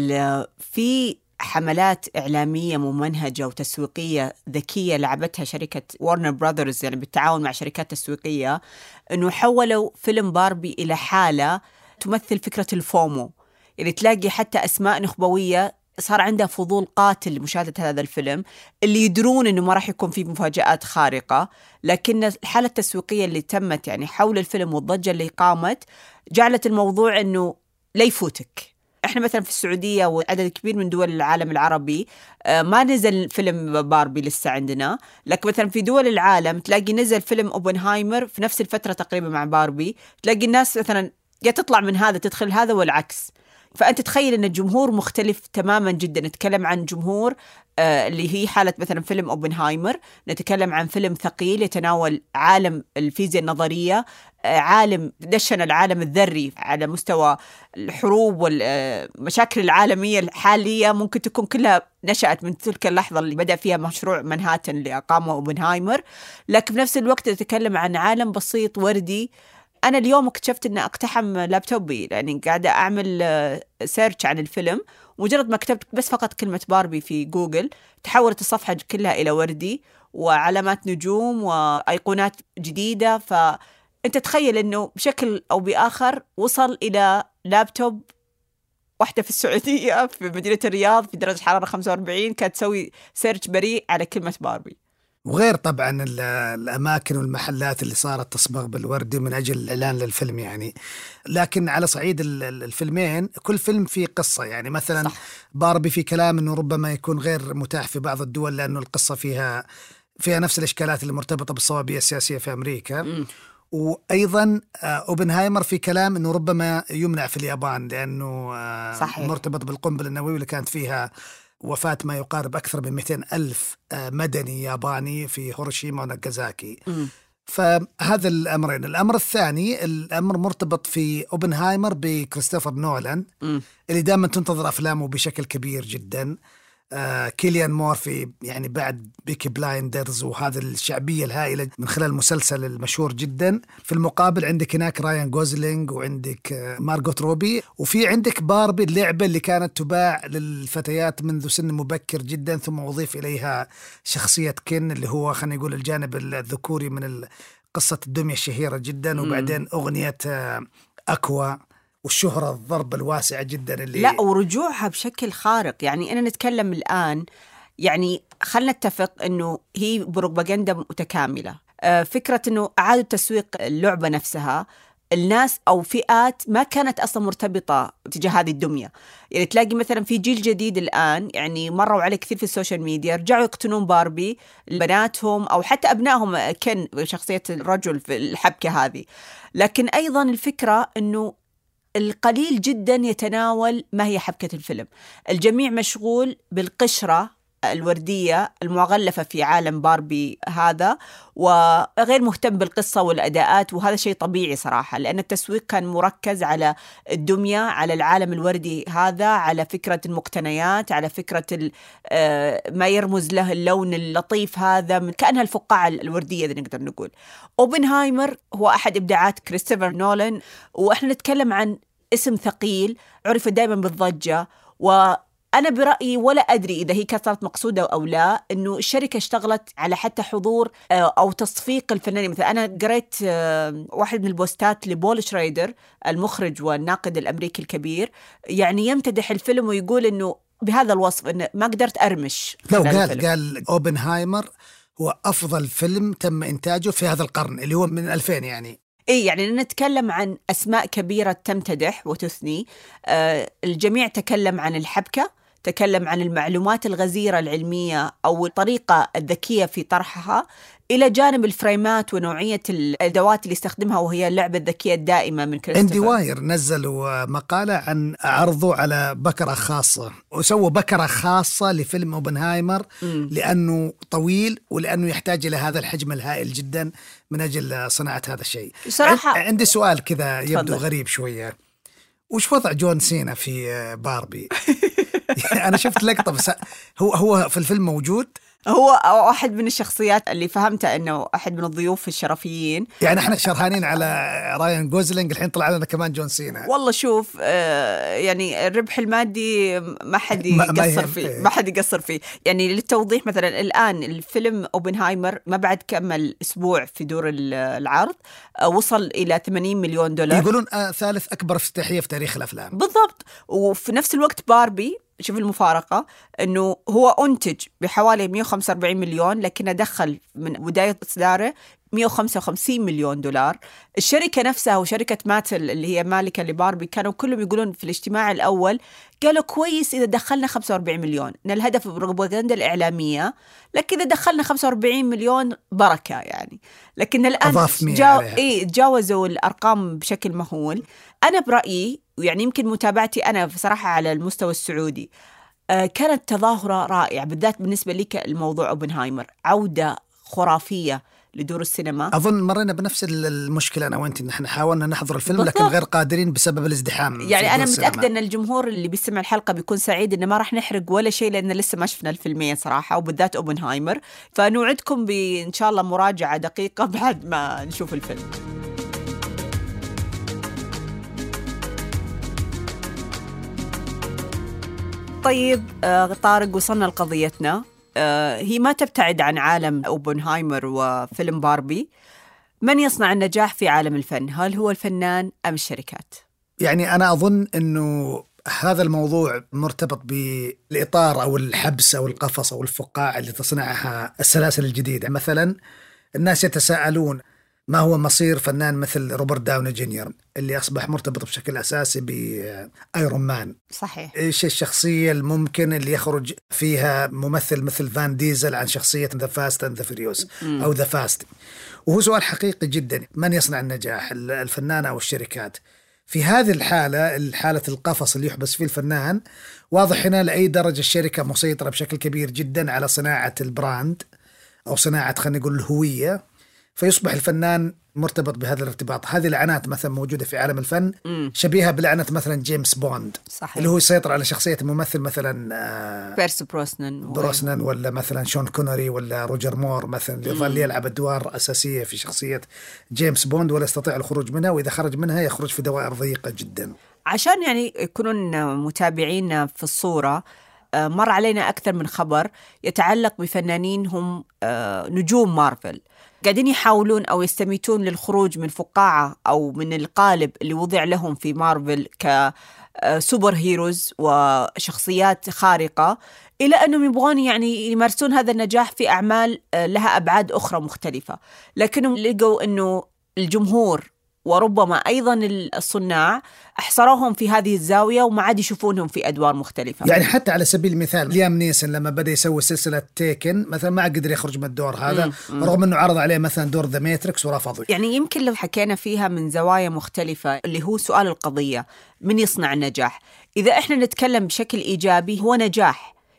في حملات إعلامية ممنهجة وتسويقية ذكية لعبتها شركة وارنر براذرز، يعني بالتعاون مع شركات تسويقية، أنه حولوا فيلم باربي إلى حالة تمثل فكرة الفومو. يعني تلاقي حتى أسماء نخبوية صار عندها فضول قاتل لمشاهدة هذا الفيلم، اللي يدرون أنه ما راح يكون فيه مفاجآت خارقة، لكن الحالة التسويقية اللي تمت يعني حول الفيلم والضجة اللي قامت جعلت الموضوع أنه لا يفوتك. إحنا مثلا في السعودية وعدد كبير من دول العالم العربي ما نزل فيلم باربي لسه عندنا، لكن مثلا في دول العالم تلاقي نزل فيلم أوبنهايمر في نفس الفترة تقريبا مع باربي، تلاقي الناس مثلا يا تطلع من هذا تدخل هذا والعكس. فأنت تخيل أن الجمهور مختلف تماما جدا. نتكلم عن جمهور آه اللي هي حالة مثلا فيلم أوبنهايمر، نتكلم عن فيلم ثقيل يتناول عالم الفيزياء النظرية، آه عالم دشن العالم الذري على مستوى الحروب والمشاكل العالمية الحالية ممكن تكون كلها نشأت من تلك اللحظة اللي بدأ فيها مشروع منهاتن اللي أقامه أوبنهايمر، لكن في نفس الوقت نتكلم عن عالم بسيط وردي. أنا اليوم اكتشفت أن أقتحم لابتوبي، يعني قاعدة أعمل سيرش عن الفيلم، مجرد ما كتبت بس فقط كلمة باربي في جوجل تحولت الصفحة كلها إلى وردي وعلامات نجوم وأيقونات جديدة. فأنت تخيل أنه بشكل أو بآخر وصل إلى لابتوب واحدة في السعودية في مدينة الرياض في درجة حرارة خمسة وأربعين كانت تسوي سيرش بريء على كلمة باربي. وغير طبعا الأماكن والمحلات اللي صارت تصبغ بالورد من أجل الإعلان للفيلم يعني. لكن على صعيد الفيلمين كل فيلم فيه قصة، يعني مثلا صح. باربي في كلام أنه ربما يكون غير متاح في بعض الدول لأنه القصة فيها فيها نفس الإشكالات اللي مرتبطة بالصوابية السياسية في أمريكا. م. وأيضا أوبنهايمر في كلام أنه ربما يمنع في اليابان لأنه صحيح. مرتبط بالقنبلة النووية اللي كانت فيها وفاة ما يقارب أكثر من مئتين ألف مدني ياباني في هيروشيما وناغازاكي. م. فهذا الأمرين. الأمر الثاني الأمر مرتبط في أوبنهايمر بكريستوفر نولان م. اللي دائما تنتظر أفلامه بشكل كبير جدا. آه كيليان مورفي يعني بعد بيكي بلايندرز وهذا الشعبية الهائلة من خلال المسلسل المشهور جدا. في المقابل عندك هناك رايان غوزلينج وعندك آه مارغوت روبي، وفي عندك باربي اللعبة اللي كانت تباع للفتيات منذ سن مبكر جدا، ثم أضيف إليها شخصية كين اللي هو خلينا نقول الجانب الذكوري من قصة الدمية الشهيرة جدا. وبعدين أغنية آه أكوا والشهرة الضرب الواسعة جدا اللي لا ورجوعها بشكل خارق. يعني أنا نتكلم الآن، يعني خلنا نتفق أنه هي بروباغندا متكاملة. فكرة أنه أعادوا تسويق اللعبة نفسها، الناس أو فئات ما كانت أصلا مرتبطة تجاه هذه الدمية. يعني تلاقي مثلا في جيل جديد الآن يعني مروا عليه كثير في السوشيال ميديا، رجعوا يقتنون باربي بناتهم أو حتى أبنائهم كان شخصية الرجل في الحبكة هذه. لكن أيضا الفكرة أنه القليل جدا يتناول ما هي حبكة الفيلم. الجميع مشغول بالقشرة الوردية المغلفة في عالم باربي هذا، وغير مهتم بالقصة والأداءات، وهذا شيء طبيعي صراحة، لأن التسويق كان مركز على الدمية، على العالم الوردي هذا، على فكرة المقتنيات، على فكرة ما يرمز له اللون اللطيف هذا، من كأنها الفقاعة الوردية إذا نقدر نقول. أوبنهايمر هو أحد إبداعات كريستوفر نولان، وإحنا نتكلم عن اسم ثقيل عرف دائما بالضجة. وأنا برأيي ولا أدري إذا هي كانت مقصودة أو لا، إنه الشركة اشتغلت على حتى حضور أو تصفيق الفنانين. مثلا أنا قريت واحد من البوستات لبول شرايدر المخرج والناقد الأمريكي الكبير، يعني يمتدح الفيلم ويقول إنه بهذا الوصف إنه ما قدرت أرمش. لو قال الفيلم. قال أوبنهايمر هو أفضل فيلم تم إنتاجه في هذا القرن اللي هو من ألفين يعني. إيه يعني نتكلم عن أسماء كبيرة تمتدح وتثني. آه الجميع تكلم عن الحبكة، تكلم عن المعلومات الغزيرة العلمية أو الطريقة الذكية في طرحها، إلى جانب الفريمات ونوعية الأدوات اللي استخدمها، وهي اللعبة الذكية الدائمة من كريستوفر. اندي واير نزلوا مقالة عن عرضه على بكرة خاصة، وسووا بكرة خاصة لفيلم أوبنهايمر م. لأنه طويل ولأنه يحتاج إلى هذا الحجم الهائل جدا من أجل صناعة هذا الشيء. صراحة عندي سؤال كذا يبدو فضل. غريب شوية، وش وضع جون سينا في باربي؟ أنا شفت لقطة بس هو هو في الفيلم موجود؟ هو واحد من الشخصيات اللي فهمته أنه أحد من الضيوف الشرفيين. يعني احنا شرحانين على راين غوزلينج، الحين طلع لنا كمان جون سينا. والله شوف آه يعني الربح المادي ما حد يقصر فيه، ما حد يقصر فيه. يعني للتوضيح مثلا الآن الفيلم أوبنهايمر ما بعد كمل أسبوع في دور العرض، آه وصل إلى ثمانين مليون دولار. يقولون آه ثالث أكبر افتتاحية في تاريخ الأفلام. بالضبط. وفي نفس الوقت باربي، شوف المفارقة، أنه هو أنتج بحوالي مئة وخمسة وأربعين مليون، لكنه دخل من بداية إصداره مئة وخمسة وخمسين مليون دولار. الشركة نفسها وشركة ماتل اللي هي مالكة لباربي كانوا كلهم يقولون في الاجتماع الأول، قالوا كويس إذا دخلنا خمسة وأربعين مليون، إن الهدف البروباغندا الإعلامية، لكن إذا دخلنا خمسة وأربعين مليون بركة يعني. لكن الآن جاو إيه تجاوزوا الأرقام بشكل مهول. أنا برأيي، ويعني يمكن متابعتي أنا بصراحة على المستوى السعودي، آه كانت تظاهرة رائعة، بالذات بالنسبة لي الموضوع أوبنهايمر، عودة خرافية لدور السينما. أظن مرينا بنفس المشكلة أنا وأنت، نحن حاولنا نحضر الفيلم بالضبط. لكن غير قادرين بسبب الازدحام. يعني أنا متأكدة أن الجمهور اللي بيسمع الحلقة بيكون سعيد إن ما راح نحرق ولا شيء، لأن لسه ما شفنا الفيلمين صراحة، وبالذات أوبنهايمر. فنوعدكم بإن شاء الله مراجعة دقيقة بعد ما نشوف الفيلم. طيب آه طارق، وصلنا لقضيتنا. آه هي ما تبتعد عن عالم أوبنهايمر وفيلم باربي. من يصنع النجاح في عالم الفن؟ هل هو الفنان أم الشركات؟ يعني أنا أظن أنه هذا الموضوع مرتبط بالإطار أو الحبس أو القفص أو الفقاعة اللي تصنعها السلاسل الجديدة. مثلا الناس يتساءلون ما هو مصير فنان مثل روبرت داوني جونيور اللي أصبح مرتبط بشكل أساسي بأيرون مان. صحيح. إيش الشخصية الممكن اللي يخرج فيها ممثل مثل فان ديزل عن شخصية ذا فاست أند ذا فيريوس أو ذا فاست؟ وهو سؤال حقيقي جدا، من يصنع النجاح، الفنان أو الشركات؟ في هذه الحالة، الحالة القفص اللي يحبس فيه الفنان، واضح هنا لأي درجة الشركة مسيطرة بشكل كبير جدا على صناعة البراند أو صناعة خلينا نقول الهوية، فيصبح الفنان مرتبط بهذا الارتباط. هذه لعنات مثلا موجودة في عالم الفن م. شبيهة بلعنة مثلا جيمس بوند. صحيح. اللي هو يسيطر على شخصية الممثل مثلا بيرس بروسنان بروسنان ولا مثلا شون كونري ولا روجر مور مثلا، يظل يلعب أدوار أساسية في شخصية جيمس بوند ولا يستطيع الخروج منها، وإذا خرج منها يخرج في دوائر ضيقة جدا. عشان يعني يكونون متابعين في الصورة، مر علينا أكثر من خبر يتعلق بفنانين هم نجوم مارفل قاعدين يحاولون أو يستميتون للخروج من فقاعة أو من القالب اللي وضع لهم في مارفل كسوبر هيروز وشخصيات خارقة، إلى أنهم يبغون يعني يمارسون هذا النجاح في أعمال لها أبعاد أخرى مختلفة. لكنهم لقوا أنه الجمهور وربما أيضا الصناع أحصروهم في هذه الزاوية وما عاد يشوفونهم في أدوار مختلفة. يعني حتى على سبيل المثال ليام نيسن لما بدأ يسوي سلسلة تيكن مثلا ما قدر يخرج من الدور هذا، مم. رغم أنه عرض عليه مثلا دور ذا ماتريكس ورفضه. يعني يمكن لو حكينا فيها من زوايا مختلفة، اللي هو سؤال القضية من يصنع النجاح. إذا إحنا نتكلم بشكل إيجابي، هو نجاح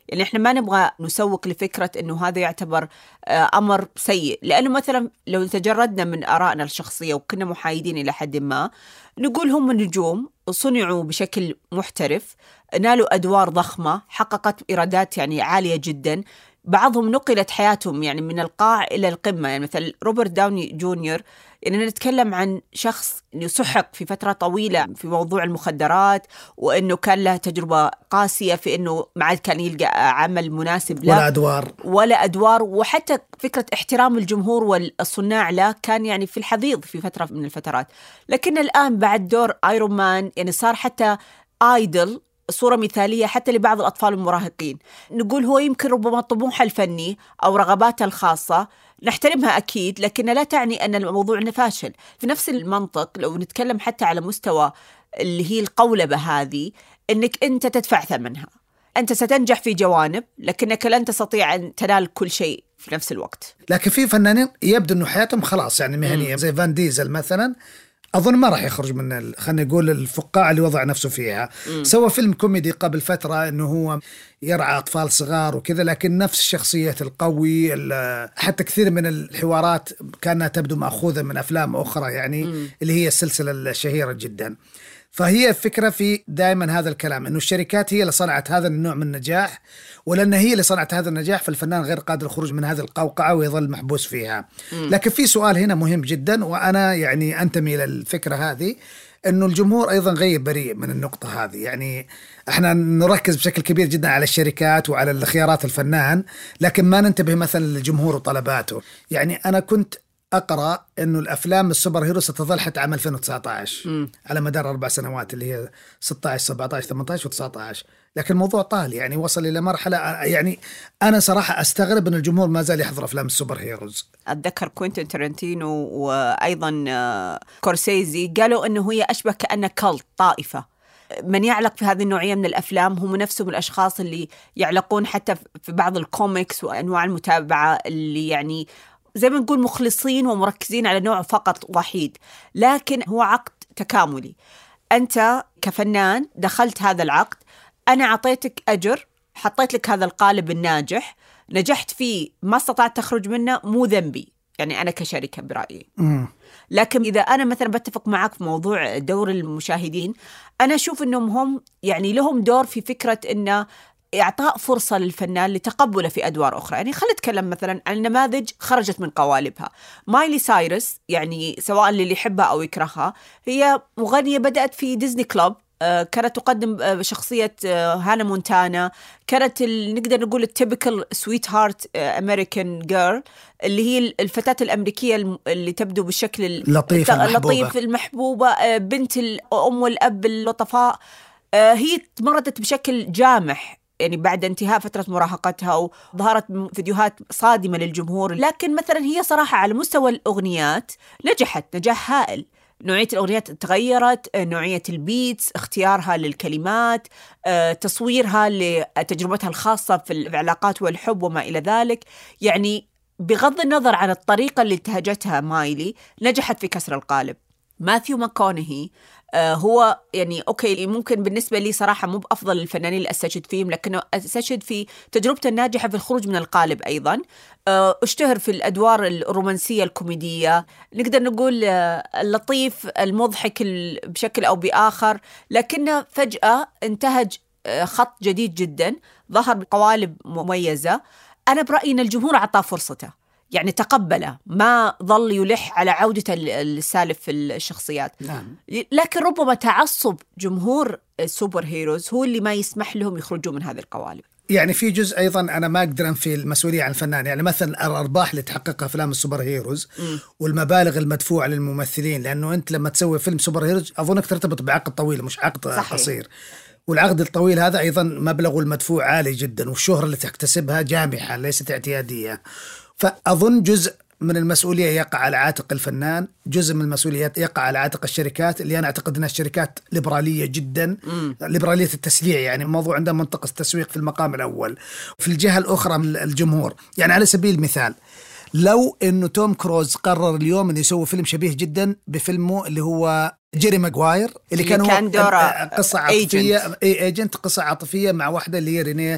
يعني إحنا ما نبغى نسوق لفكرة إنه هذا يعتبر أمر سيء، لأنه مثلا لو تجردنا من آرائنا الشخصية وكنا محايدين إلى حد ما، نقول هم نجوم صنعوا بشكل محترف، نالوا أدوار ضخمة، حققت إيرادات يعني عالية جدا، بعضهم نقلت حياتهم يعني من القاع إلى القمة. يعني مثل روبرت داوني جونيور، يعني نتكلم عن شخص سحق في فترة طويلة في موضوع المخدرات، وأنه كان له تجربة قاسية في أنه ما عاد كان يلقى عمل مناسب له ولا أدوار ولا أدوار وحتى فكرة احترام الجمهور والصناع له كان يعني في الحضيض في فترة من الفترات. لكن الآن بعد دور ايرون مان يعني صار حتى آيدل، صورة مثالية حتى لبعض الأطفال المراهقين. نقول هو يمكن ربما طموحه الفني أو رغباته الخاصة نحترمها أكيد، لكن لا تعني أن الموضوع فاشل. في نفس المنطق لو نتكلم حتى على مستوى اللي هي القولبة هذه، أنك أنت تدفع ثمنها، أنت ستنجح في جوانب لكنك لن تستطيع أن تنال كل شيء في نفس الوقت. لكن في فنانين يبدو أنه حياتهم خلاص يعني مهنية، زي فان ديزل مثلا، أظن ما راح يخرج من خلينا نقول الفقاعة اللي وضع نفسه فيها. م. سوى فيلم كوميدي قبل فترة إنه هو يرعى أطفال صغار وكذا، لكن نفس الشخصية القوي، حتى كثير من الحوارات كانت تبدو مأخوذة من أفلام أخرى يعني م. اللي هي السلسلة الشهيرة جدا. فهي الفكرة في دائما هذا الكلام، إنه الشركات هي اللي صنعت هذا النوع من النجاح، ولأن هي اللي صنعت هذا النجاح فالفنان غير قادر الخروج من هذه القوقعة ويظل محبوس فيها. م. لكن في سؤال هنا مهم جدا، وأنا يعني أنتمي للفكرة هذه، إنه الجمهور أيضا غير بريء من النقطة هذه. يعني إحنا نركز بشكل كبير جدا على الشركات وعلى خيارات الفنان، لكن ما ننتبه مثلا للجمهور وطلباته. يعني أنا كنت أقرأ إنه الأفلام السوبر هيرو ستظل حتى عام ألفين وتسعة عشر م. على مدار أربع سنوات اللي هي ستة عشر سبعة عشر ثمانية عشر وتسعة عشر، لكن الموضوع طال يعني وصل إلى مرحلة يعني أنا صراحة أستغرب إن الجمهور ما زال يحضر أفلام السوبر هيروز. أتذكر كوينتين تارانتينو وأيضا كورسيزي قالوا إنه هي أشبه كأنها كالت طائفة، من يعلق في هذه النوعية من الأفلام هم نفسهم الأشخاص اللي يعلقون حتى في بعض الكوميكس وأنواع المتابعة اللي يعني زي ما نقول مخلصين ومركزين على نوع فقط وحيد. لكن هو عقد تكاملي، أنت كفنان دخلت هذا العقد، أنا عطيتك أجر، حطيت لك هذا القالب الناجح، نجحت فيه ما استطعت تخرج منه، مو ذنبي يعني أنا كشركة برأيي. م. لكن إذا أنا مثلا بتفق معك في موضوع دور المشاهدين، أنا أشوف أنهم هم يعني لهم دور في فكرة أنه إعطاء فرصة للفنان لتقبله في أدوار أخرى. يعني خلينا نتكلم مثلا عن نماذج خرجت من قوالبها. مايلي سايرس، يعني سواء اللي يحبها أو يكرهها، هي مغنية بدأت في ديزني كلوب، كانت تقدم شخصية هانا مونتانا، كانت نقدر نقول التيبيكال سويت هارت أمريكان جيرل، اللي هي الفتاة الأمريكية اللي تبدو بالشكل اللطيف اللطيف المحبوبة، بنت الأم والأب اللطفاء. هي تمردت بشكل جامح يعني بعد انتهاء فترة مراهقتها، وظهرت فيديوهات صادمة للجمهور. لكن مثلا هي صراحة على مستوى الأغنيات نجحت نجاح هائل، نوعية الأغنيات تغيرت، نوعية البيتس، اختيارها للكلمات، تصويرها لتجربتها الخاصة في العلاقات والحب وما إلى ذلك. يعني بغض النظر عن الطريقة اللي انتهجتها مايلي، نجحت في كسر القالب. ماثيو ماكونهي هو يعني أوكي ممكن بالنسبة لي صراحة مو بأفضل الفنانين اللي أستشهد فيهم، لكنه أستشهد في تجربته الناجحة في الخروج من القالب. أيضا اشتهر في الأدوار الرومانسية الكوميدية، نقدر نقول اللطيف المضحك بشكل أو بآخر، لكنه فجأة انتهج خط جديد جدا، ظهر بقوالب مميزة. أنا برأيي أن الجمهور أعطاه فرصته، يعني تقبله، ما ظل يلح على عودة السالف في الشخصيات. نعم. لكن ربما تعصب جمهور السوبر هيروز هو اللي ما يسمح لهم يخرجوا من هذه القوالب. يعني في جزء أيضا أنا ما أقدر أنفي المسؤولية عن الفنان، يعني مثلا الأرباح اللي تحققها أفلام السوبر هيروز م. والمبالغ المدفوعة للممثلين، لأنه أنت لما تسوي فيلم سوبر هيروز أظنك ترتبط بعقد طويل مش عقد صحيح. قصير، والعقد الطويل هذا أيضا مبلغه المدفوع عالي جدا، والشهرة اللي تكتسبها جامحة ليست اعتيادية. فأظن جزء من المسؤولية يقع على عاتق الفنان، جزء من المسؤوليات يقع على عاتق الشركات، اللي أنا أعتقد أنها الشركات ليبرالية جدا، م. ليبرالية التسليع، يعني الموضوع عندها منطقة التسويق في المقام الأول. في الجهة الأخرى من الجمهور، يعني على سبيل المثال لو أنه توم كروز قرر اليوم أن يسوي فيلم شبيه جدا بفيلمه اللي هو جيري ماغواير، اللي, اللي كان, كان هو قصة عاطفية، ايجنت، قصة عاطفية مع واحدة اللي هي رينيه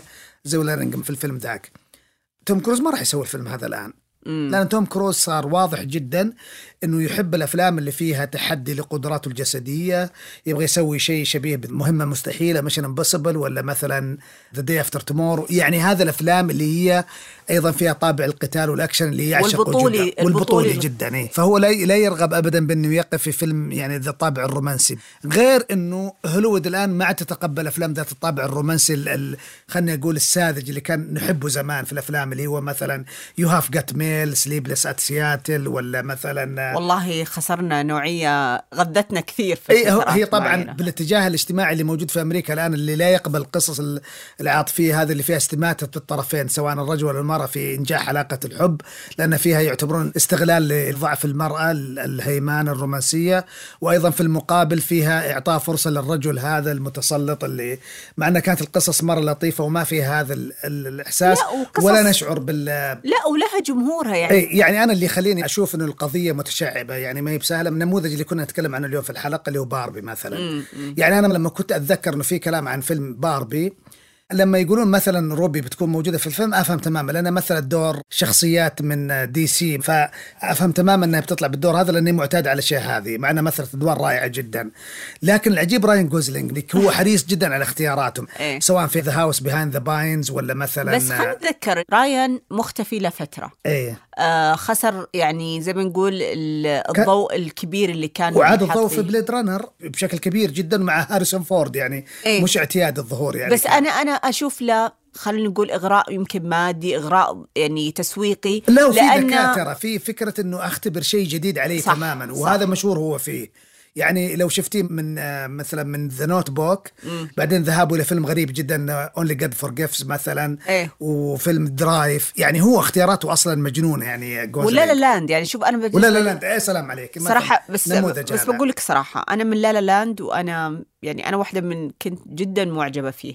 زي ليرنغ في الفيلم ذاك. توم كروز ما راح يسوي الفيلم هذا الآن، لأن توم كروز صار واضح جدا أنه يحب الأفلام اللي فيها تحدي لقدراته الجسدية، يبغى يسوي شيء شبيه بمهمة مستحيلة ميشن امبوسيبل ولا مثلا ذا داي افتر تومورو. يعني هذا الأفلام اللي هي أيضا فيها طابع القتال والأكشن اللي يعشقه والبطولي جدا والبطولي جدا إيه. فهو لا لا يرغب أبدا بأنه يقف في فيلم يعني ذا الطابع الرومانسي، غير أنه هوليوود الآن ما تتقبل أفلام ذات الطابع الرومانسي خلني أقول الساذج اللي كان نحبه زمان في الأفلام، اللي هو مثلا يو هاف جات ميل، سليبلس ات سياتل، ولا مثلا والله خسرنا نوعية غذتنا كثير في إيه. هي طبعا معينة. بالاتجاه الاجتماعي اللي موجود في أمريكا الآن، اللي لا يقبل القصص العاطفية هذه اللي فيها استماتة الطرفين سواء الرجل ولا المرأة في إنجاح علاقة الحب، لأن فيها يعتبرون استغلال لضعف المرأة الهيمانة الرومانسية، وأيضا في المقابل فيها إعطاء فرصة للرجل هذا المتسلط، اللي مع أنها كانت القصص مرة لطيفة وما فيها هذا الإحساس ولا نشعر بال لا ولها جمهورها يعني. إيه يعني أنا اللي خليني أشوف إنه القضية متشعبة، يعني ما هي بسهلة. من النموذج اللي كنا نتكلم عنه اليوم في الحلقة اللي هو باربي مثلا، م- م. يعني أنا لما كنت أتذكر إنه في كلام عن فيلم باربي، لما يقولون مثلا روبي بتكون موجودة في الفيلم أفهم تماما، لأنها مثلت دور شخصيات من دي سي، فأفهم تماما أنها بتطلع بالدور هذا لأني معتاد على الأشياء هذه، مع أنها مثلت أدوار رائعة جدا. لكن العجيب راين جوزلينج هو حريص جدا على اختياراتهم، إيه؟ سواء في ذا هاوس بيهايند ذا باينز ولا مثلا. بس خلينا نتذكر راين مختفي لفترة، إيه؟ آه خسر يعني زي ما نقول الضوء الكبير اللي كان، وعاد الضوء في بليد رانر بشكل كبير جدا مع هاريسون فورد، يعني إيه؟ مش اعتياد الظهور يعني. بس أنا أنا أشوف له خلينا نقول إغراء يمكن مادي، إغراء يعني تسويقي، لا وفي لأن دكاترة في فكرة إنه أختبر شيء جديد عليه صح تماما، صح. وهذا مشهور هو فيه. يعني لو شفتيه من مثلا من ذا نوت بوك، بعدين ذهابوا إلى فيلم غريب جدا Only God Forgives مثلا، إيه؟ وفيلم درايف، يعني هو اختياراته أصلا مجنونة يعني. ولا لا لاند يعني شوف أنا ولا لا لاند إيه سلام عليك صراحة، بس بس بقول لك صراحة أنا من لا لا لاند، وأنا يعني أنا واحدة من كنت جدا معجبة فيه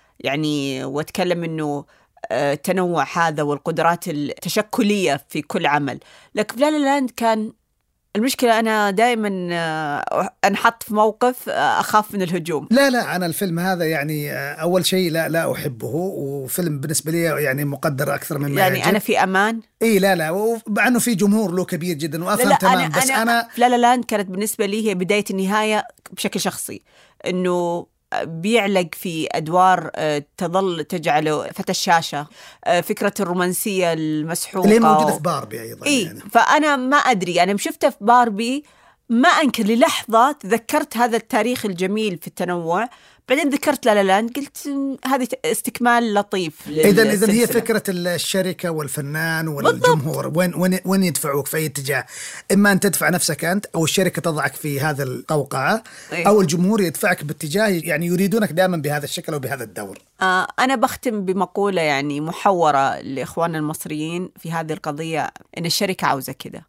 يعني، واتكلم إنه التنوع هذا والقدرات التشكلية في كل عمل. لكن لا لا لاند كان المشكلة أنا دائما أنحط في موقف أخاف من الهجوم. لا لا أنا الفيلم هذا يعني أول شيء لا لا أحبه، وفيلم بالنسبة لي يعني مقدر أكثر مما يعني يعجب. أنا في أمان إيه لا لا ومع أنه في جمهور له كبير جدا وأفهم لا لا تمام. أنا بس أنا, أنا لا لا لاند كانت بالنسبة لي هي بداية النهاية بشكل شخصي، إنه بيعلق في أدوار تظل تجعله فتى الشاشة، فكرة الرومانسية المسحوقة اللي موجودة في باربي أيضا. إيه يعني. فأنا ما أدري، أنا شفته في باربي ما أنكر للحظة تذكرت هذا التاريخ الجميل في التنوع، بعدين ذكرت لا لا لاند قلت هذه استكمال لطيف. إذن إذن هي فكرة الشركة والفنان والجمهور، وين وين وين يدفعوك في أي اتجاه؟ إما أن تدفع نفسك أنت، أو الشركة تضعك في هذا القوقعة، أو الجمهور يدفعك باتجاه يعني يريدونك دائما بهذا الشكل وبهذا الدور. آه أنا بختم بمقولة يعني محورة لإخواننا المصريين في هذه القضية، إن الشركة عاوزة كده.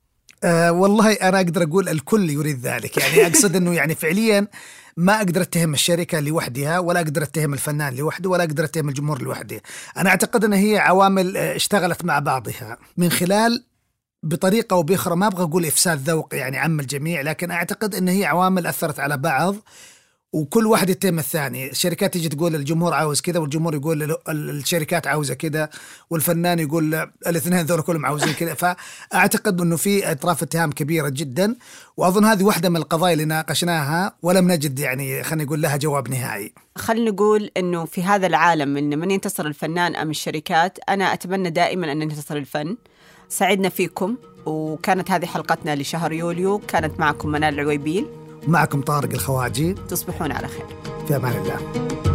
أه والله أنا أقدر أقول الكل يريد ذلك، يعني أقصد أنه يعني فعليا ما أقدر أتهم الشركة لوحدها، ولا أقدر أتهم الفنان لوحده، ولا أقدر أتهم الجمهور لوحده. أنا أعتقد أن هي عوامل اشتغلت مع بعضها من خلال بطريقة أو بأخرى، ما أبغى أقول إفساد ذوق يعني عم الجميع، لكن أعتقد أن هي عوامل أثرت على بعض، وكل واحد يتهم الثاني. الشركات تيجي تقول الجمهور عاوز كذا، والجمهور يقول الشركات عاوزة كذا، والفنان يقول الاثنين ذول كلهم عاوزين كذا. فأعتقد أنه في أطراف اتهام كبيرة جدا، وأظن هذه واحدة من القضايا اللي ناقشناها ولم نجد يعني خلينا نقول لها جواب نهائي. خلينا نقول أنه في هذا العالم إن من ينتصر الفنان أم الشركات، أنا أتمنى دائما أن ينتصر الفن. سعدنا فيكم، وكانت هذه حلقتنا لشهر يوليو، كانت معكم منال العويبيل، معكم طارق الخواجي. تصبحون على خير، في أمان الله.